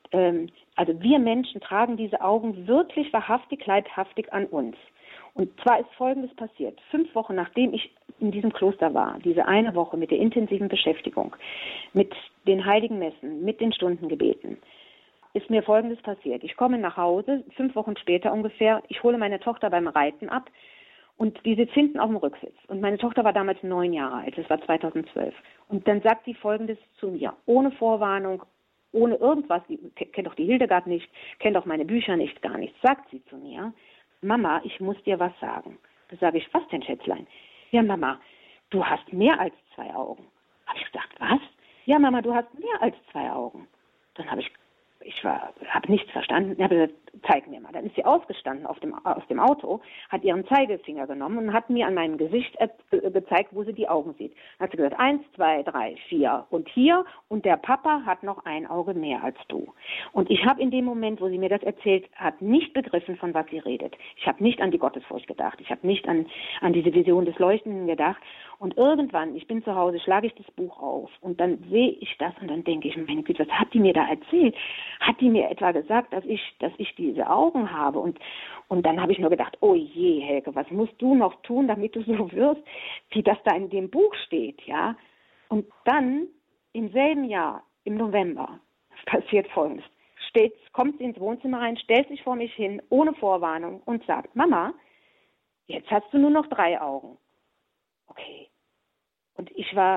Also wir Menschen tragen diese Augen wirklich wahrhaftig, leibhaftig an uns. Und zwar ist Folgendes passiert. 5 Wochen, nachdem ich in diesem Kloster war, diese eine Woche mit der intensiven Beschäftigung, mit den heiligen Messen, mit den Stundengebeten, ist mir Folgendes passiert. Ich komme nach Hause, 5 Wochen später ungefähr, ich hole meine Tochter beim Reiten ab und die sitzt hinten auf dem Rücksitz. Und meine Tochter war damals 9 Jahre alt, das war 2012. Und dann sagt sie Folgendes zu mir, ohne Vorwarnung, ohne irgendwas, sie kennt doch die Hildegard nicht, kennt doch meine Bücher nicht, gar nichts, sagt sie zu mir, Mama, ich muss dir was sagen. Da sage ich, was denn, Schätzlein? Ja, Mama, du hast mehr als 2 Augen. Habe ich gesagt, was? Ja, Mama, du hast mehr als 2 Augen. Dann habe ich nichts verstanden. Ich habe gesagt, zeig mir mal. dann ist sie ausgestanden aus dem Auto, hat ihren Zeigefinger genommen und hat mir an meinem Gesicht gezeigt, wo sie die Augen sieht. Dann hat sie gesagt, 1, 2, 3, 4 und hier und der Papa hat noch ein Auge mehr als du. Und ich habe in dem Moment, wo sie mir das erzählt hat, nicht begriffen, von was sie redet. Ich habe nicht an die Gottesfurcht gedacht. Ich habe nicht an diese Vision des Leuchtenden gedacht. Und irgendwann, ich bin zu Hause, schlage ich das Buch auf und dann sehe ich das und dann denke ich, meine Güte, was hat die mir da erzählt? Hat die mir etwa gesagt, dass ich diese Augen habe? Und dann habe ich nur gedacht, oh je, Helge, was musst du noch tun, damit du so wirst, wie das da in dem Buch steht, ja? Und dann, im selben Jahr, im November, passiert Folgendes. Kommt sie ins Wohnzimmer rein, stellt sich vor mich hin, ohne Vorwarnung und sagt, Mama, jetzt hast du nur noch 3 Augen. Okay. Und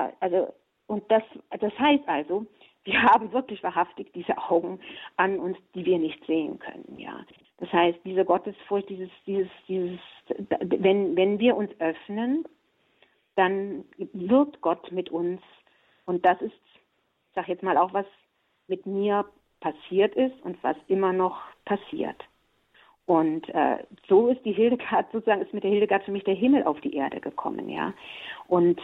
das heißt also, wir haben wirklich wahrhaftig diese Augen an uns, die wir nicht sehen können, ja. Das heißt, diese Gottesfurcht, wenn wir uns öffnen, dann wirkt Gott mit uns. Und das ist, ich sage jetzt mal auch, was mit mir passiert ist und was immer noch passiert. Und so ist die Hildegard sozusagen, ist mit der Hildegard für mich der Himmel auf die Erde gekommen, ja. Und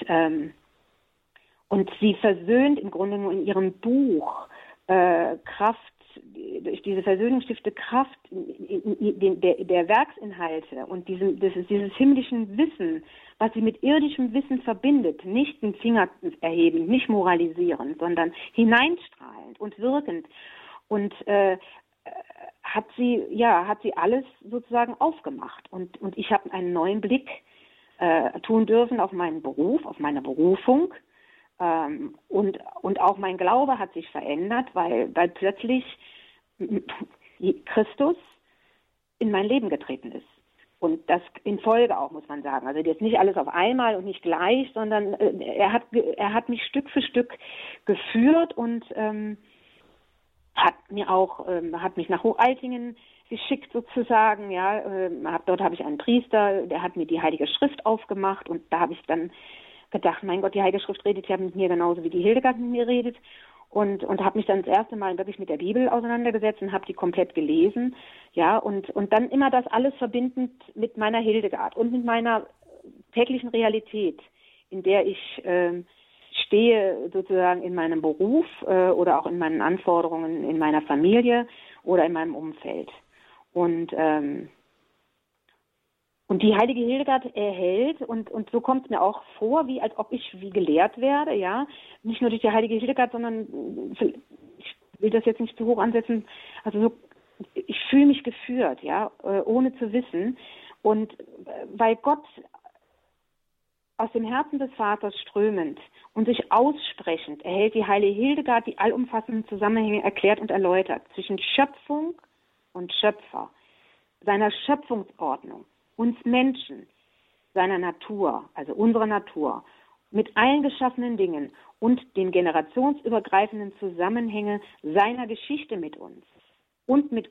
sie versöhnt im Grunde nur in ihrem Buch Kraft, durch diese Versöhnung stiftet Kraft der Werksinhalte und dieses himmlischen Wissen, was sie mit irdischem Wissen verbindet, nicht den Finger erhebend, nicht moralisierend, sondern hineinstrahlend und wirkend. Und hat sie alles sozusagen aufgemacht. Und ich habe einen neuen Blick tun dürfen auf meinen Beruf, auf meine Berufung. Und auch mein Glaube hat sich verändert, weil plötzlich Christus in mein Leben getreten ist. Und das in Folge auch, muss man sagen. Also jetzt nicht alles auf einmal und nicht gleich, sondern er hat mich Stück für Stück geführt und hat mich nach Hochaltingen geschickt sozusagen, ja. Dort habe ich einen Priester, der hat mir die Heilige Schrift aufgemacht und da habe ich dann gedacht, mein Gott, die Heilige Schrift redet ja mit mir genauso wie die Hildegard mit mir redet und habe mich dann das erste Mal wirklich mit der Bibel auseinandergesetzt und habe die komplett gelesen, ja, und dann immer das alles verbindend mit meiner Hildegard und mit meiner täglichen Realität, in der ich stehe sozusagen in meinem Beruf oder auch in meinen Anforderungen in meiner Familie oder in meinem Umfeld. Und die heilige Hildegard erhält, und so kommt es mir auch vor, als ob ich wie gelehrt werde, ja, nicht nur durch die heilige Hildegard, sondern, ich will das jetzt nicht zu hoch ansetzen, also so, ich fühle mich geführt, ja, ohne zu wissen, und weil Gott aus dem Herzen des Vaters strömend und sich aussprechend erhält die heilige Hildegard die allumfassenden Zusammenhänge erklärt und erläutert zwischen Schöpfung und Schöpfer, seiner Schöpfungsordnung, uns Menschen, seiner Natur, also unserer Natur, mit allen geschaffenen Dingen und den generationsübergreifenden Zusammenhänge seiner Geschichte mit uns und mit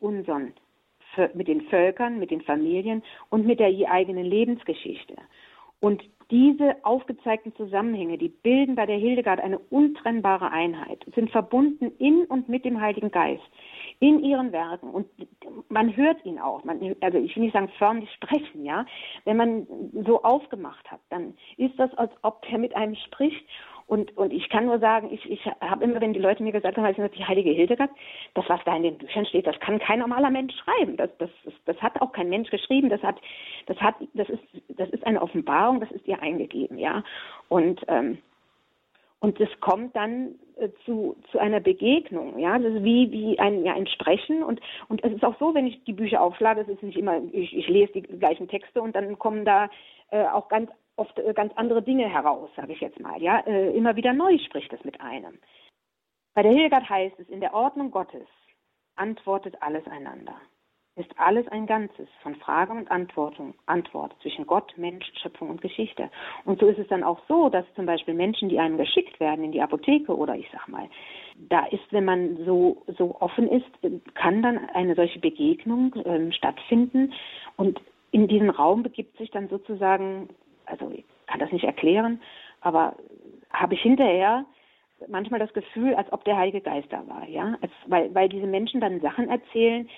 den Völkern, mit den Familien und mit der je eigenen Lebensgeschichte. Und diese aufgezeigten Zusammenhänge, die bilden bei der Hildegard eine untrennbare Einheit, sind verbunden in und mit dem Heiligen Geist, in ihren Werken. Und man hört ihn auch, also ich will nicht sagen förmlich sprechen, ja. Wenn man so aufgemacht hat, dann ist das, als ob er mit einem spricht. Und ich kann nur sagen, ich habe immer, wenn die Leute mir gesagt haben, die heilige Hildegard, das, was da in den Büchern steht, das kann kein normaler Mensch schreiben. Das hat auch kein Mensch geschrieben. Das ist eine Offenbarung, das ist ihr eingegeben, ja. Und es kommt dann zu einer Begegnung, ja. Das ist wie ein Sprechen und es ist auch so, wenn ich die Bücher aufschlage, es ist nicht immer, ich lese die gleichen Texte und dann kommen da auch oft ganz andere Dinge heraus, sage ich jetzt mal, ja. Immer wieder neu spricht es mit einem. Bei der Hildegard heißt es, in der Ordnung Gottes antwortet alles einander. Ist alles ein Ganzes von Frage und Antwort zwischen Gott, Mensch, Schöpfung und Geschichte. Und so ist es dann auch so, dass zum Beispiel Menschen, die einem geschickt werden in die Apotheke oder ich sag mal, da ist, wenn man so offen ist, kann dann eine solche Begegnung stattfinden und in diesen Raum begibt sich dann sozusagen, also ich kann das nicht erklären, aber habe ich hinterher manchmal das Gefühl, als ob der Heilige Geist da war, ja, weil diese Menschen dann Sachen erzählen,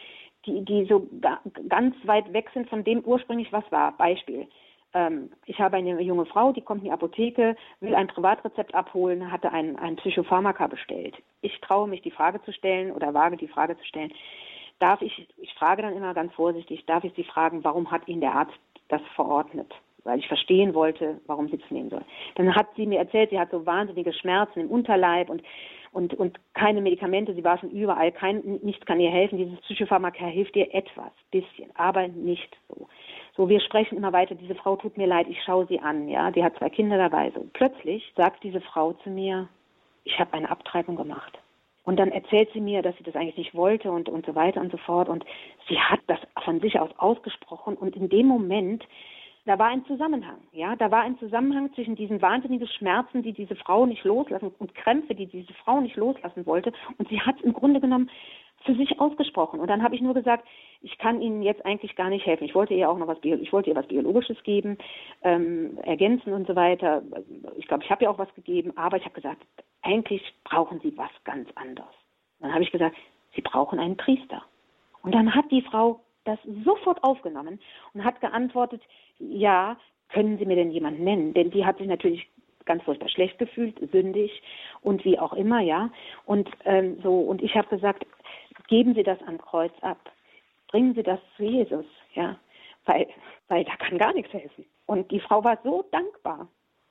die so ganz weit weg sind von dem ursprünglich, was war. Beispiel. Ich habe eine junge Frau, die kommt in die Apotheke, will ein Privatrezept abholen, hatte ein Psychopharmaka bestellt. Ich traue mich, die Frage zu stellen oder wage die Frage zu stellen, ich frage dann immer ganz vorsichtig, darf ich Sie fragen, warum hat Ihnen der Arzt das verordnet? Weil ich verstehen wollte, warum sie es nehmen soll. Dann hat sie mir erzählt, sie hat so wahnsinnige Schmerzen im Unterleib und keine Medikamente, sie war schon überall, nichts kann ihr helfen. Dieses Psychopharmaka hilft ihr etwas, bisschen, aber nicht so. So, wir sprechen immer weiter, diese Frau tut mir leid, ich schaue sie an, ja, die hat 2 Kinder dabei. So, plötzlich sagt diese Frau zu mir, ich habe eine Abtreibung gemacht. Und dann erzählt sie mir, dass sie das eigentlich nicht wollte und so weiter und so fort. Und sie hat das von sich aus ausgesprochen. Und in dem Moment, da war ein Zusammenhang, ja, da war ein Zusammenhang zwischen diesen wahnsinnigen Schmerzen, die diese Frau nicht loslassen und Krämpfe, die diese Frau nicht loslassen wollte. Und sie hat es im Grunde genommen für sich ausgesprochen. Und dann habe ich nur gesagt, ich kann Ihnen jetzt eigentlich gar nicht helfen. Ich wollte ihr auch noch was Biologisches geben, ergänzen und so weiter. Ich glaube, ich habe ihr auch was gegeben, aber ich habe gesagt, eigentlich brauchen Sie was ganz anderes. Dann habe ich gesagt, Sie brauchen einen Priester. Und dann hat die Frau das sofort aufgenommen und hat geantwortet, ja, können Sie mir denn jemanden nennen? Denn die hat sich natürlich ganz furchtbar schlecht gefühlt, sündig und wie auch immer, ja. Und und ich habe gesagt, geben Sie das am Kreuz ab. Bringen Sie das zu Jesus, ja. Weil da kann gar nichts helfen. Und die Frau war so dankbar.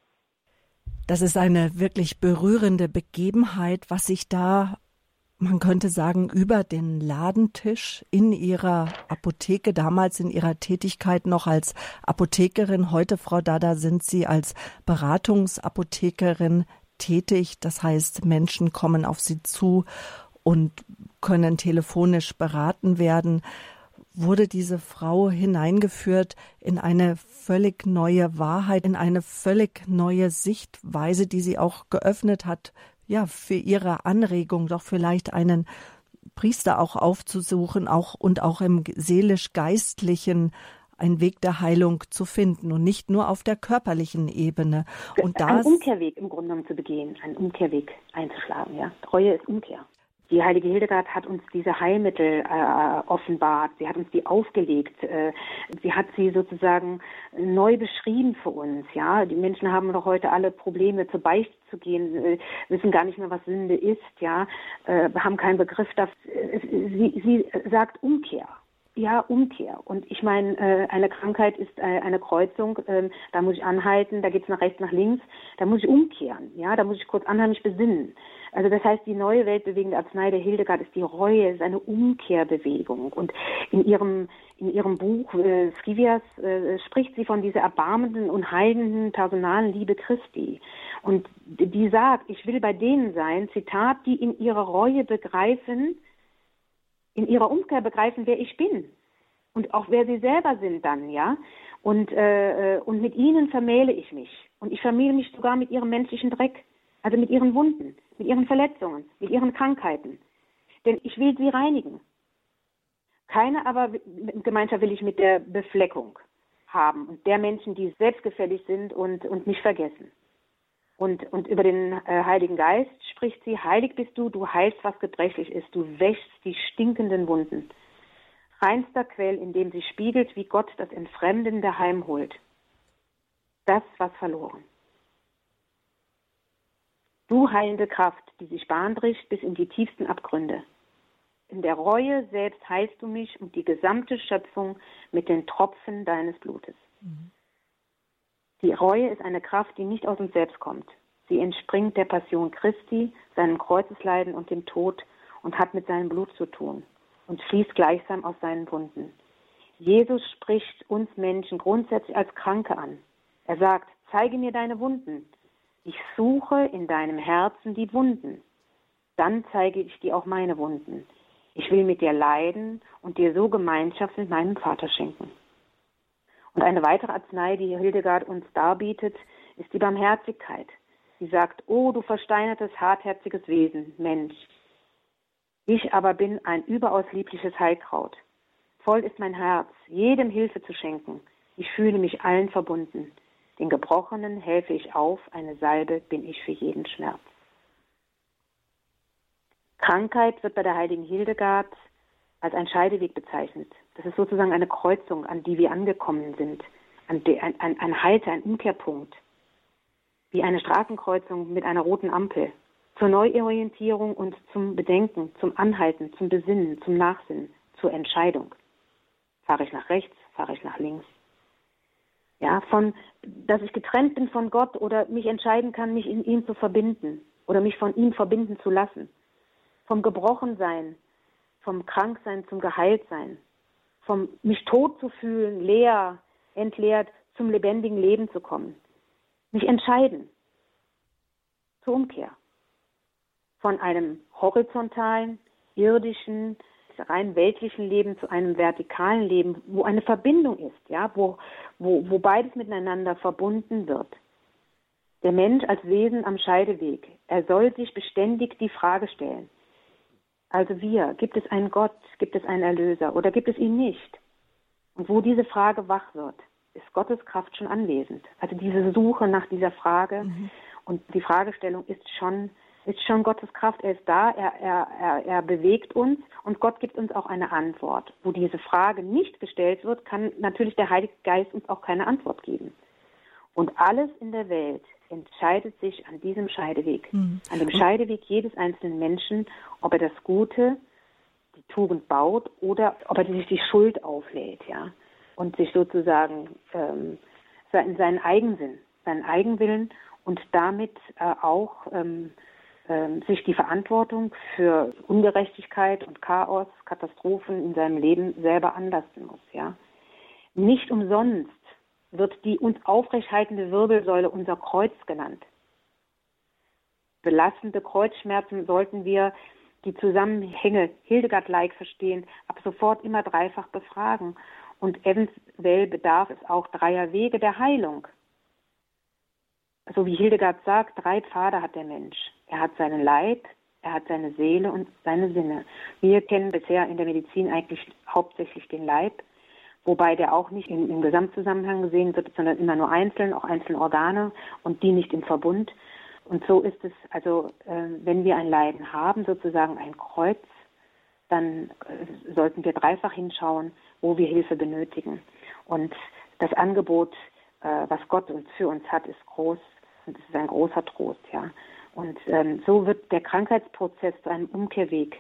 Das ist eine wirklich berührende Begebenheit, was sich da, man könnte sagen, über den Ladentisch in ihrer Apotheke, damals in ihrer Tätigkeit noch als Apothekerin, heute, Frau Dada, sind Sie als Beratungsapothekerin tätig. Das heißt, Menschen kommen auf Sie zu und können telefonisch beraten werden. Wurde diese Frau hineingeführt in eine völlig neue Wahrheit, in eine völlig neue Sichtweise, die sie auch geöffnet hat, ja, für ihre Anregung, doch vielleicht einen Priester auch aufzusuchen, auch im seelisch-geistlichen einen Weg der Heilung zu finden und nicht nur auf der körperlichen Ebene. Und einen Umkehrweg im Grunde genommen zu begehen, einen Umkehrweg einzuschlagen, ja. Treue ist Umkehr. Die heilige Hildegard hat uns diese Heilmittel offenbart, sie hat uns die aufgelegt, sie hat sie sozusagen neu beschrieben für uns. Ja, die Menschen haben doch heute alle Probleme, zur Beichte zu gehen, wissen gar nicht mehr, was Sünde ist, ja, haben keinen Begriff dafür. Sie sagt Umkehr. Ja, Umkehr. Und ich meine, eine Krankheit ist eine Kreuzung, da muss ich anhalten, da geht es nach rechts, nach links, da muss ich umkehren, ja, da muss ich kurz anhalten, mich besinnen. Also das heißt, die neue weltbewegende Arznei der Hildegard ist die Reue, ist eine Umkehrbewegung. Und in ihrem Buch Scivias spricht sie von dieser erbarmenden und heilenden personalen Liebe Christi. Und die sagt, ich will bei denen sein, Zitat, die in ihrer Reue begreifen, in ihrer Umkehr begreifen, wer ich bin und auch wer sie selber sind dann, ja. Und mit ihnen vermähle ich mich. Und ich vermähle mich sogar mit ihrem menschlichen Dreck, also mit ihren Wunden, mit ihren Verletzungen, mit ihren Krankheiten. Denn ich will sie reinigen. Keine aber Gemeinschaft will ich mit der Befleckung haben und der Menschen, die selbstgefällig sind und mich vergessen. Und über den Heiligen Geist spricht sie, heilig bist du, du heilst, was gebrechlich ist, du wäschst die stinkenden Wunden. Reinster Quell, in dem sie spiegelt, wie Gott das Entfremdende heimholt. Das, was verloren. Du heilende Kraft, die sich Bahn bricht bis in die tiefsten Abgründe. In der Reue selbst heilst du mich und die gesamte Schöpfung mit den Tropfen deines Blutes. Mhm. Die Reue ist eine Kraft, die nicht aus uns selbst kommt. Sie entspringt der Passion Christi, seinem Kreuzesleiden und dem Tod und hat mit seinem Blut zu tun und fließt gleichsam aus seinen Wunden. Jesus spricht uns Menschen grundsätzlich als Kranke an. Er sagt, zeige mir deine Wunden. Ich suche in deinem Herzen die Wunden. Dann zeige ich dir auch meine Wunden. Ich will mit dir leiden und dir so Gemeinschaft mit meinem Vater schenken. Und eine weitere Arznei, die Hildegard uns darbietet, ist die Barmherzigkeit. Sie sagt, oh, du versteinertes, hartherziges Wesen, Mensch. Ich aber bin ein überaus liebliches Heilkraut. Voll ist mein Herz, jedem Hilfe zu schenken. Ich fühle mich allen verbunden. Den Gebrochenen helfe ich auf, eine Salbe bin ich für jeden Schmerz. Krankheit wird bei der heiligen Hildegard als ein Scheideweg bezeichnet. Das ist sozusagen eine Kreuzung, an die wir angekommen sind, ein Halt, ein Umkehrpunkt, wie eine Straßenkreuzung mit einer roten Ampel, zur Neuorientierung und zum Bedenken, zum Anhalten, zum Besinnen, zum Nachsinnen, zur Entscheidung. Fahre ich nach rechts, fahre ich nach links? Ja, dass ich getrennt bin von Gott oder mich entscheiden kann, mich in ihm zu verbinden oder mich von ihm verbinden zu lassen. Vom Gebrochensein, vom Kranksein zum Geheiltsein, vom mich tot zu fühlen, leer, entleert, zum lebendigen Leben zu kommen. Mich entscheiden zur Umkehr. Von einem horizontalen, irdischen, rein weltlichen Leben zu einem vertikalen Leben, wo eine Verbindung ist, ja, wo beides miteinander verbunden wird. Der Mensch als Wesen am Scheideweg, er soll sich beständig die Frage stellen. Also gibt es einen Gott, gibt es einen Erlöser oder gibt es ihn nicht? Und wo diese Frage wach wird, ist Gottes Kraft schon anwesend. Also diese Suche nach dieser Frage und die Fragestellung ist schon Gottes Kraft. Er ist da, er bewegt uns und Gott gibt uns auch eine Antwort. Wo diese Frage nicht gestellt wird, kann natürlich der Heilige Geist uns auch keine Antwort geben. Und alles in der Welt entscheidet sich an diesem Scheideweg, an dem Scheideweg jedes einzelnen Menschen, ob er das Gute, die Tugend baut oder ob er sich die Schuld auflädt, ja, und sich sozusagen seinen Eigensinn, seinen Eigenwillen und damit auch sich die Verantwortung für Ungerechtigkeit und Chaos, Katastrophen in seinem Leben selber anlasten muss. Ja. Nicht umsonst wird die uns aufrechthaltende Wirbelsäule unser Kreuz genannt. Belastende Kreuzschmerzen sollten wir die Zusammenhänge Hildegard-like verstehen, ab sofort immer dreifach befragen. Und eventuell bedarf es auch dreier Wege der Heilung. So wie Hildegard sagt, 3 Pfade hat der Mensch. Er hat seinen Leib, er hat seine Seele und seine Sinne. Wir kennen bisher in der Medizin eigentlich hauptsächlich den Leib, wobei der auch nicht im Gesamtzusammenhang gesehen wird, sondern immer nur einzeln, auch einzelne Organe und die nicht im Verbund. Und so ist es, also wenn wir ein Leiden haben, sozusagen ein Kreuz, dann sollten wir dreifach hinschauen, wo wir Hilfe benötigen. Und das Angebot, was Gott uns für uns hat, ist groß und es ist ein großer Trost, ja. Und so wird der Krankheitsprozess zu einem Umkehrweg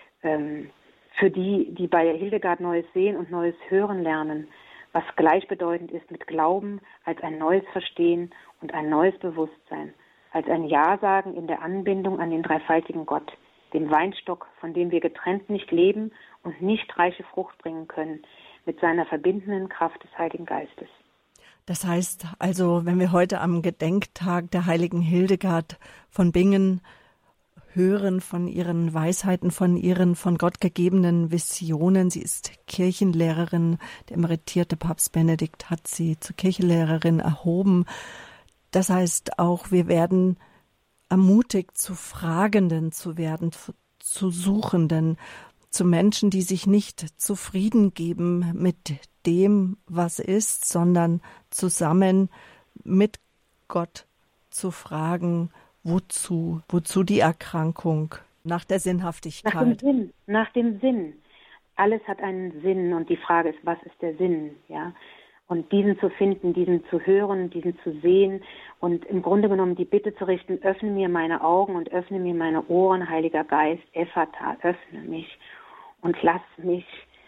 für die bei Hildegard Neues Sehen und Neues Hören lernen, was gleichbedeutend ist mit Glauben als ein neues Verstehen und ein neues Bewusstsein, als ein Ja-Sagen in der Anbindung an den dreifaltigen Gott, dem Weinstock, von dem wir getrennt nicht leben und nicht reiche Frucht bringen können, mit seiner verbindenden Kraft des Heiligen Geistes. Das heißt also, wenn wir heute am Gedenktag der heiligen Hildegard von Bingen hören, von ihren Weisheiten, von ihren von Gott gegebenen Visionen. Sie ist Kirchenlehrerin. Der emeritierte Papst Benedikt hat sie zur Kirchenlehrerin erhoben. Das heißt auch, wir werden ermutigt, zu Fragenden zu werden, zu Suchenden, zu Menschen, die sich nicht zufrieden geben mit dem, was ist, sondern zusammen mit Gott zu fragen, wozu die Erkrankung, nach der Sinnhaftigkeit. Nach dem Sinn. Alles hat einen Sinn und die Frage ist, was ist der Sinn, ja? Und diesen zu finden, diesen zu hören, diesen zu sehen und im Grunde genommen die Bitte zu richten, öffne mir meine Augen und öffne mir meine Ohren, Heiliger Geist, Ephata, öffne mich und lass mich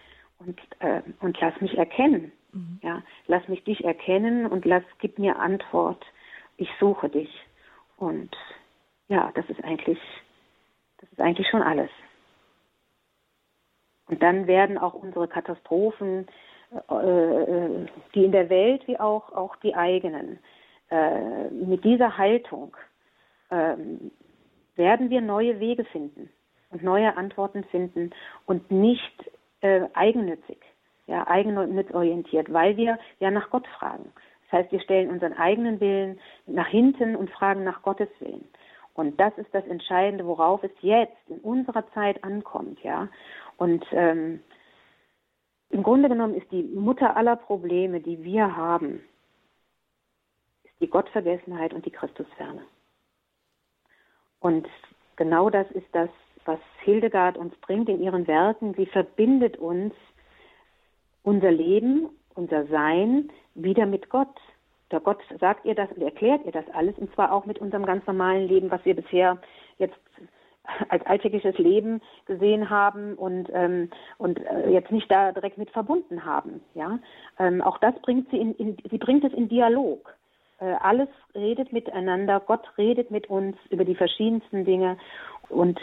erkennen. Ja, lass mich dich erkennen und gib mir Antwort. Ich suche dich. Und ja, das ist eigentlich schon alles. Und dann werden auch unsere Katastrophen, die in der Welt wie auch die eigenen, mit dieser Haltung werden wir neue Wege finden und neue Antworten finden und nicht eigennützig, ja, eigennützorientiert, weil wir ja nach Gott fragen. Das heißt, wir stellen unseren eigenen Willen nach hinten und fragen nach Gottes Willen. Und das ist das Entscheidende, worauf es jetzt in unserer Zeit ankommt, ja. Und im Grunde genommen ist die Mutter aller Probleme, die wir haben, ist die Gottvergessenheit und die Christusferne. Und genau das ist das, was Hildegard uns bringt in ihren Werken. Sie verbindet uns unser Leben, unser Sein wieder mit Gott. Der Gott sagt ihr das und erklärt ihr das alles, und zwar auch mit unserem ganz normalen Leben, was wir bisher jetzt als alltägliches Leben gesehen haben und jetzt nicht da direkt mit verbunden haben. Ja? Auch das bringt sie bringt es in Dialog. Alles redet miteinander, Gott redet mit uns über die verschiedensten Dinge, und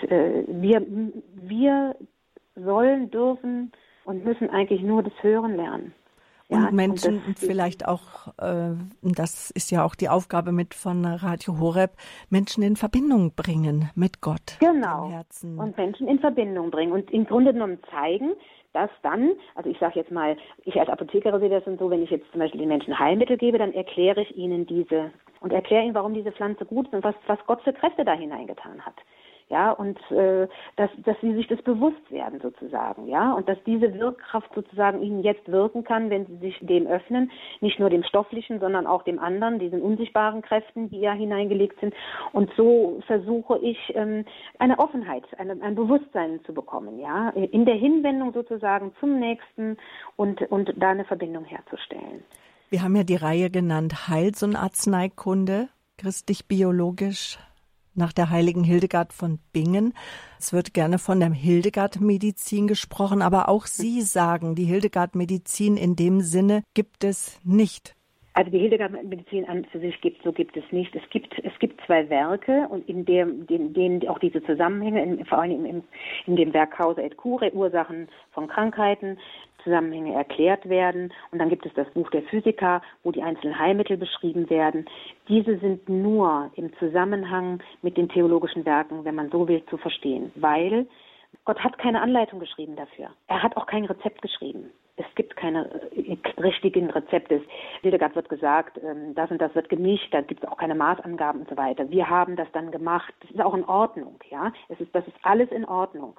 wir sollen, dürfen und müssen eigentlich nur das Hören lernen. Und Menschen und vielleicht auch, das ist ja auch die Aufgabe mit von Radio Horeb, Menschen in Verbindung bringen mit Gott. Genau. Dem Herzen. Und Menschen in Verbindung bringen und im Grunde genommen zeigen, dass dann, also ich sage jetzt mal, ich als Apothekerin sehe das so, wenn ich jetzt zum Beispiel den Menschen Heilmittel gebe, dann erkläre ich ihnen erkläre ihnen, warum diese Pflanze gut ist und was Gott für Kräfte da hineingetan hat. Ja, und dass sie sich das bewusst werden sozusagen, ja, und dass diese Wirkkraft sozusagen ihnen jetzt wirken kann, wenn sie sich dem öffnen, nicht nur dem stofflichen, sondern auch dem anderen, diesen unsichtbaren Kräften, die ja hineingelegt sind. Und so versuche ich, eine Offenheit, ein Bewusstsein zu bekommen, ja, in der Hinwendung sozusagen zum Nächsten und da eine Verbindung herzustellen. Wir haben ja die Reihe genannt Heils- und Arzneikunde, christlich-biologisch, nach der heiligen Hildegard von Bingen. Es wird gerne von der Hildegard-Medizin gesprochen, aber auch Sie sagen, die Hildegard-Medizin in dem Sinne gibt es nicht. Also die Hildegard-Medizin an für sich gibt es nicht. Es gibt zwei Werke, und in denen auch diese Zusammenhänge, vor allem in dem Werk Causa et Cura, Ursachen von Krankheiten, Zusammenhänge erklärt werden. Und dann gibt es das Buch der Physiker, wo die einzelnen Heilmittel beschrieben werden. Diese sind nur im Zusammenhang mit den theologischen Werken, wenn man so will, zu verstehen. Weil Gott hat keine Anleitung geschrieben dafür. Er hat auch kein Rezept geschrieben. Es gibt keine richtigen Rezepte. Hildegard wird gesagt, das und das wird gemischt, da gibt es auch keine Maßangaben und so weiter. Wir haben das dann gemacht. Das ist auch in Ordnung, ja. Das ist alles in Ordnung.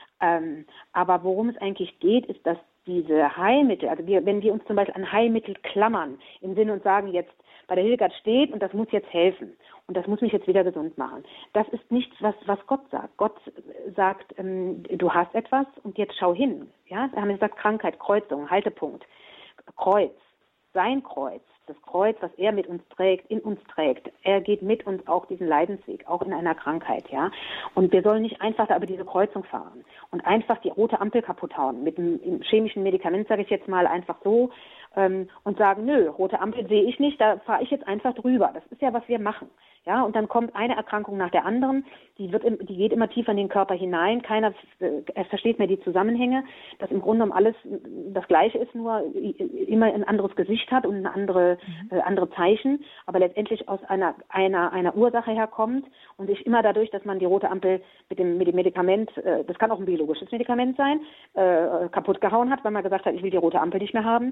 Aber worum es eigentlich geht, ist, dass diese Heilmittel, also wenn wir uns zum Beispiel an Heilmittel klammern, im Sinne und sagen jetzt, bei der Hildegard steht und das muss jetzt helfen und das muss mich jetzt wieder gesund machen. Das ist nichts, was Gott sagt. Gott sagt, du hast etwas und jetzt schau hin. Ja? Wir haben gesagt, Krankheit, Kreuzung, Haltepunkt, Kreuz, sein Kreuz, das Kreuz, was er mit uns trägt, in uns trägt. Er geht mit uns auch diesen Leidensweg, auch in einer Krankheit, ja. Und wir sollen nicht einfach da über diese Kreuzung fahren und einfach die rote Ampel kaputt hauen mit einem chemischen Medikament, sage ich jetzt mal, einfach so, und sagen, nö, rote Ampel sehe ich nicht, da fahre ich jetzt einfach drüber. Das ist ja, was wir machen. Ja, und dann kommt eine Erkrankung nach der anderen, die geht immer tiefer in den Körper hinein, keiner versteht mehr die Zusammenhänge, dass im Grunde genommen alles das Gleiche ist, nur immer ein anderes Gesicht hat und andere Zeichen, aber letztendlich aus einer Ursache herkommt und sich immer dadurch, dass man die rote Ampel mit dem Medikament, das kann auch ein biologisches Medikament sein, kaputt gehauen hat, weil man gesagt hat, ich will die rote Ampel nicht mehr haben,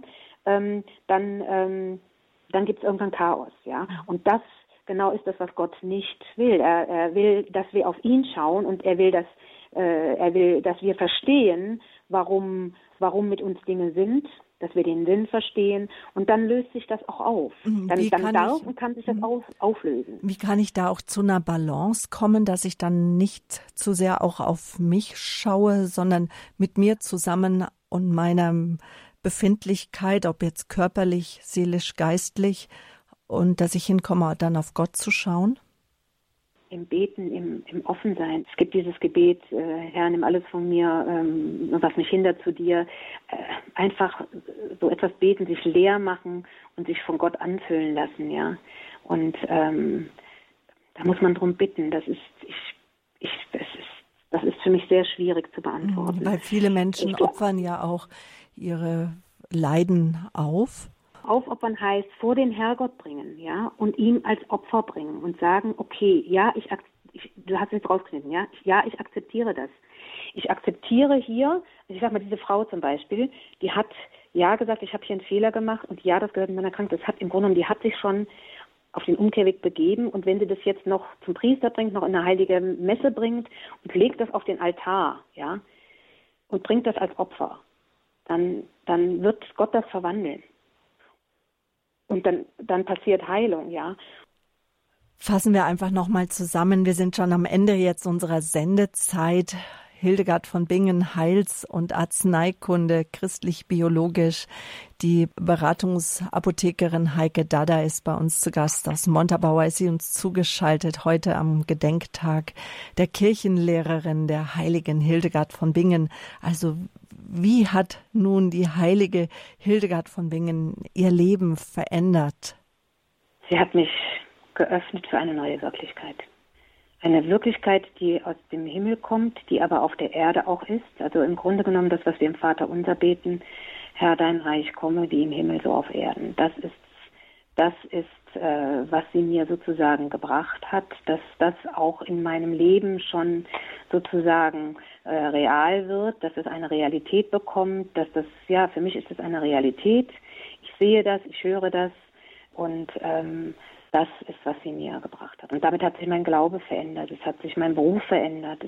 dann gibt es irgendwann Chaos, ja, und das genau ist das, was Gott nicht will. Er will, dass wir auf ihn schauen, und er will, dass wir verstehen, warum mit uns Dinge sind, dass wir den Sinn verstehen, und dann löst sich das auch auf. Dann kann sich das auflösen. Wie kann ich da auch zu einer Balance kommen, dass ich dann nicht zu sehr auch auf mich schaue, sondern mit mir zusammen und meiner Befindlichkeit, ob jetzt körperlich, seelisch, geistlich, und dass ich hinkomme, dann auf Gott zu schauen? Im Beten, im Offensein. Es gibt dieses Gebet, Herr, nimm alles von mir, was mich hindert zu dir. Einfach so etwas beten, sich leer machen und sich von Gott anfüllen lassen, ja. Und da muss man drum bitten. Das ist für mich sehr schwierig zu beantworten. Weil viele Menschen opfern ja auch ihre Leiden auf. Aufopfern heißt vor den Herrgott bringen, ja, und ihm als Opfer bringen und sagen, okay, ja, du hast es rausgeschnitten, ja, ich akzeptiere das. Ich akzeptiere hier, ich sag mal, diese Frau zum Beispiel, die hat ja gesagt, ich habe hier einen Fehler gemacht, und ja, das gehört in meiner Krankheit. Das hat im Grunde genommen, die hat sich schon auf den Umkehrweg begeben, und wenn sie das jetzt noch zum Priester bringt, noch in eine heilige Messe bringt und legt das auf den Altar, ja, und bringt das als Opfer, dann wird Gott das verwandeln. Und dann passiert Heilung, ja. Fassen wir einfach nochmal zusammen. Wir sind schon am Ende jetzt unserer Sendezeit. Hildegard von Bingen, Heils- und Arzneikunde, christlich-biologisch. Die Beratungsapothekerin Heike Dada ist bei uns zu Gast. Aus Montabaur ist sie uns zugeschaltet, heute am Gedenktag der Kirchenlehrerin, der heiligen Hildegard von Bingen. Also wie hat nun die heilige Hildegard von Bingen ihr Leben verändert? Sie hat mich geöffnet für eine neue Wirklichkeit. Eine Wirklichkeit, die aus dem Himmel kommt, die aber auf der Erde auch ist. Also im Grunde genommen das, was wir im Vaterunser beten, Herr, dein Reich komme, wie im Himmel, so auf Erden. Das ist, was sie mir sozusagen gebracht hat, dass das auch in meinem Leben schon sozusagen real wird, dass es eine Realität bekommt, dass das, ja, für mich ist es eine Realität. Ich sehe das, ich höre das und das ist, was sie mir gebracht hat. Und damit hat sich mein Glaube verändert, es hat sich mein Beruf verändert.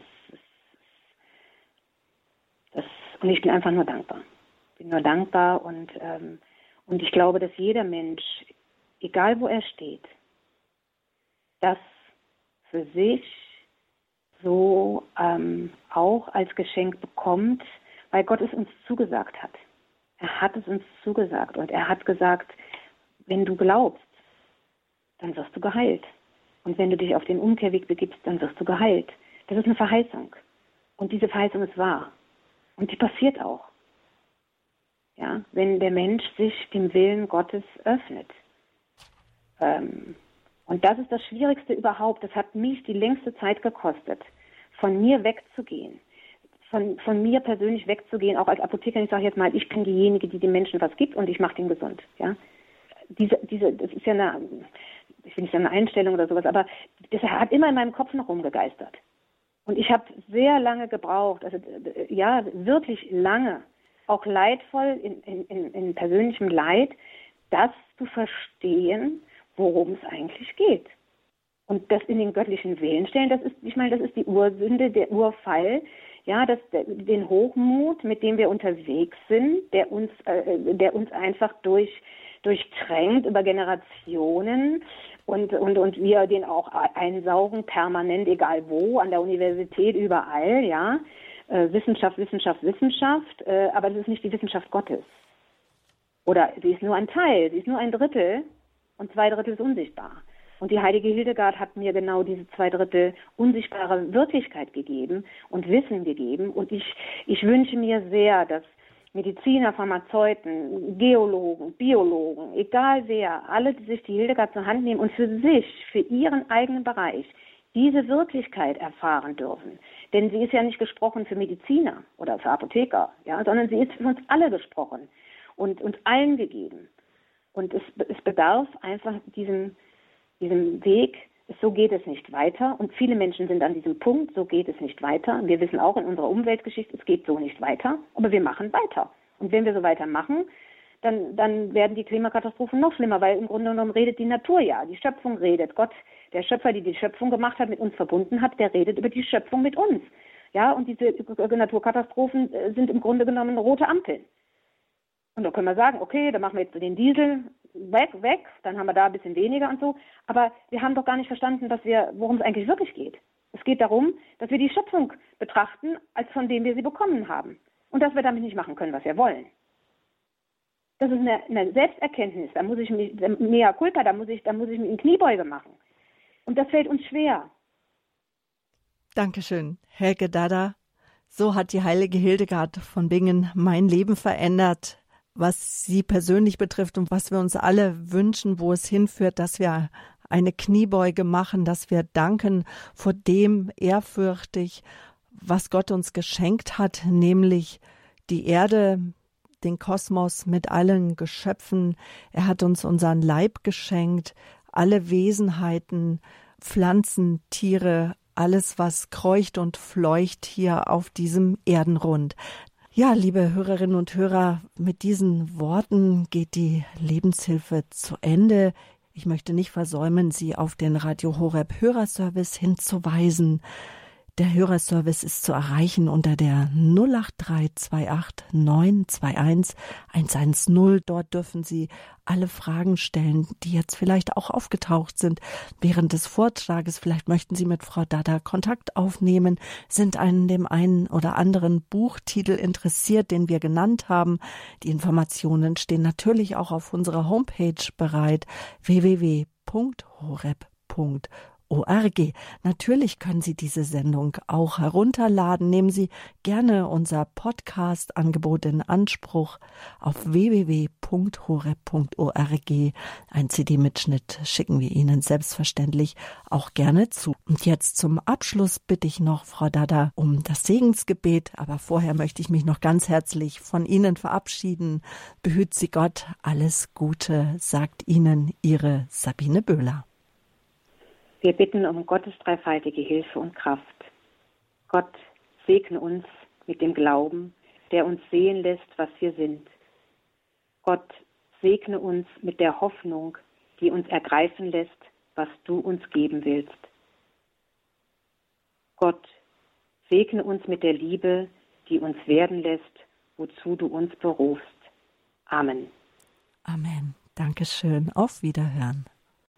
Und ich bin einfach nur dankbar. Ich bin nur dankbar und ich glaube, dass jeder Mensch, egal wo er steht, das für sich so auch als Geschenk bekommt, weil Gott es uns zugesagt hat. Er hat es uns zugesagt und er hat gesagt, wenn du glaubst, dann wirst du geheilt. Und wenn du dich auf den Umkehrweg begibst, dann wirst du geheilt. Das ist eine Verheißung. Und diese Verheißung ist wahr. Und die passiert auch. Ja, wenn der Mensch sich dem Willen Gottes öffnet. Und das ist das Schwierigste überhaupt. Das hat mich die längste Zeit gekostet, von mir wegzugehen. Von mir persönlich wegzugehen, auch als Apothekerin. Ich sage jetzt mal, ich bin diejenige, die dem Menschen was gibt und ich mache den gesund. Ja? Das ist ja ich will nicht sagen eine Einstellung oder sowas, aber das hat immer in meinem Kopf noch rumgegeistert. Und ich habe sehr lange gebraucht, also ja, wirklich lange, auch leidvoll in persönlichem Leid, das zu verstehen, worum es eigentlich geht. Und das in den göttlichen Willen stellen, das ist die Ursünde, der Urfall, ja, den Hochmut, mit dem wir unterwegs sind, der uns einfach durchtränkt über Generationen und wir den auch einsaugen, permanent, egal wo, an der Universität, überall, ja. Wissenschaft, aber das ist nicht die Wissenschaft Gottes. Oder sie ist nur ein Teil, sie ist nur ein Drittel und 2/3 ist unsichtbar. Und die heilige Hildegard hat mir genau diese 2/3 unsichtbare Wirklichkeit gegeben und Wissen gegeben. Und ich wünsche mir sehr, dass Mediziner, Pharmazeuten, Geologen, Biologen, egal wer, alle, die sich die Hildegard zur Hand nehmen und für sich, für ihren eigenen Bereich, diese Wirklichkeit erfahren dürfen. Denn sie ist ja nicht gesprochen für Mediziner oder für Apotheker, ja, sondern sie ist für uns alle gesprochen und uns allen gegeben. Und es bedarf einfach diesem Weg, so geht es nicht weiter. Und viele Menschen sind an diesem Punkt, so geht es nicht weiter. Wir wissen auch in unserer Umweltgeschichte, es geht so nicht weiter, aber wir machen weiter. Und wenn wir so weitermachen, dann werden die Klimakatastrophen noch schlimmer, weil im Grunde genommen redet die Natur ja, die Schöpfung redet. Gott, der Schöpfer, der die Schöpfung gemacht hat, mit uns verbunden hat, der redet über die Schöpfung mit uns. Ja, und diese Naturkatastrophen sind im Grunde genommen rote Ampeln. Und da können wir sagen, okay, dann machen wir jetzt den Diesel weg, dann haben wir da ein bisschen weniger und so. Aber wir haben doch gar nicht verstanden, worum es eigentlich wirklich geht. Es geht darum, dass wir die Schöpfung betrachten, als von dem wir sie bekommen haben. Und dass wir damit nicht machen können, was wir wollen. Das ist eine Selbsterkenntnis. Da muss ich mich, mea culpa, da muss ich mich in Kniebeuge machen. Und das fällt uns schwer. Dankeschön, Helge Dada. So hat die heilige Hildegard von Bingen mein Leben verändert, was sie persönlich betrifft und was wir uns alle wünschen, wo es hinführt, dass wir eine Kniebeuge machen, dass wir danken vor dem ehrfürchtig, was Gott uns geschenkt hat, nämlich die Erde, den Kosmos mit allen Geschöpfen. Er hat uns unseren Leib geschenkt, alle Wesenheiten, Pflanzen, Tiere, alles, was kreucht und fleucht hier auf diesem Erdenrund. Ja, liebe Hörerinnen und Hörer, mit diesen Worten geht die Lebenshilfe zu Ende. Ich möchte nicht versäumen, Sie auf den Radio Horeb Hörerservice hinzuweisen. Der Hörerservice ist zu erreichen unter der 08328 921 110. Dort dürfen Sie alle Fragen stellen, die jetzt vielleicht auch aufgetaucht sind während des Vortrages. Vielleicht möchten Sie mit Frau Dada Kontakt aufnehmen, sind an dem einen oder anderen Buchtitel interessiert, den wir genannt haben. Die Informationen stehen natürlich auch auf unserer Homepage bereit, www.horeb.org. Natürlich können Sie diese Sendung auch herunterladen. Nehmen Sie gerne unser Podcast-Angebot in Anspruch auf www.horeb.org. Ein CD-Mitschnitt schicken wir Ihnen selbstverständlich auch gerne zu. Und jetzt zum Abschluss bitte ich noch Frau Dada um das Segensgebet. Aber vorher möchte ich mich noch ganz herzlich von Ihnen verabschieden. Behüt Sie Gott, alles Gute, sagt Ihnen Ihre Sabine Böhler. Wir bitten um Gottes dreifaltige Hilfe und Kraft. Gott segne uns mit dem Glauben, der uns sehen lässt, was wir sind. Gott segne uns mit der Hoffnung, die uns ergreifen lässt, was du uns geben willst. Gott segne uns mit der Liebe, die uns werden lässt, wozu du uns berufst. Amen. Amen. Dankeschön. Auf Wiederhören.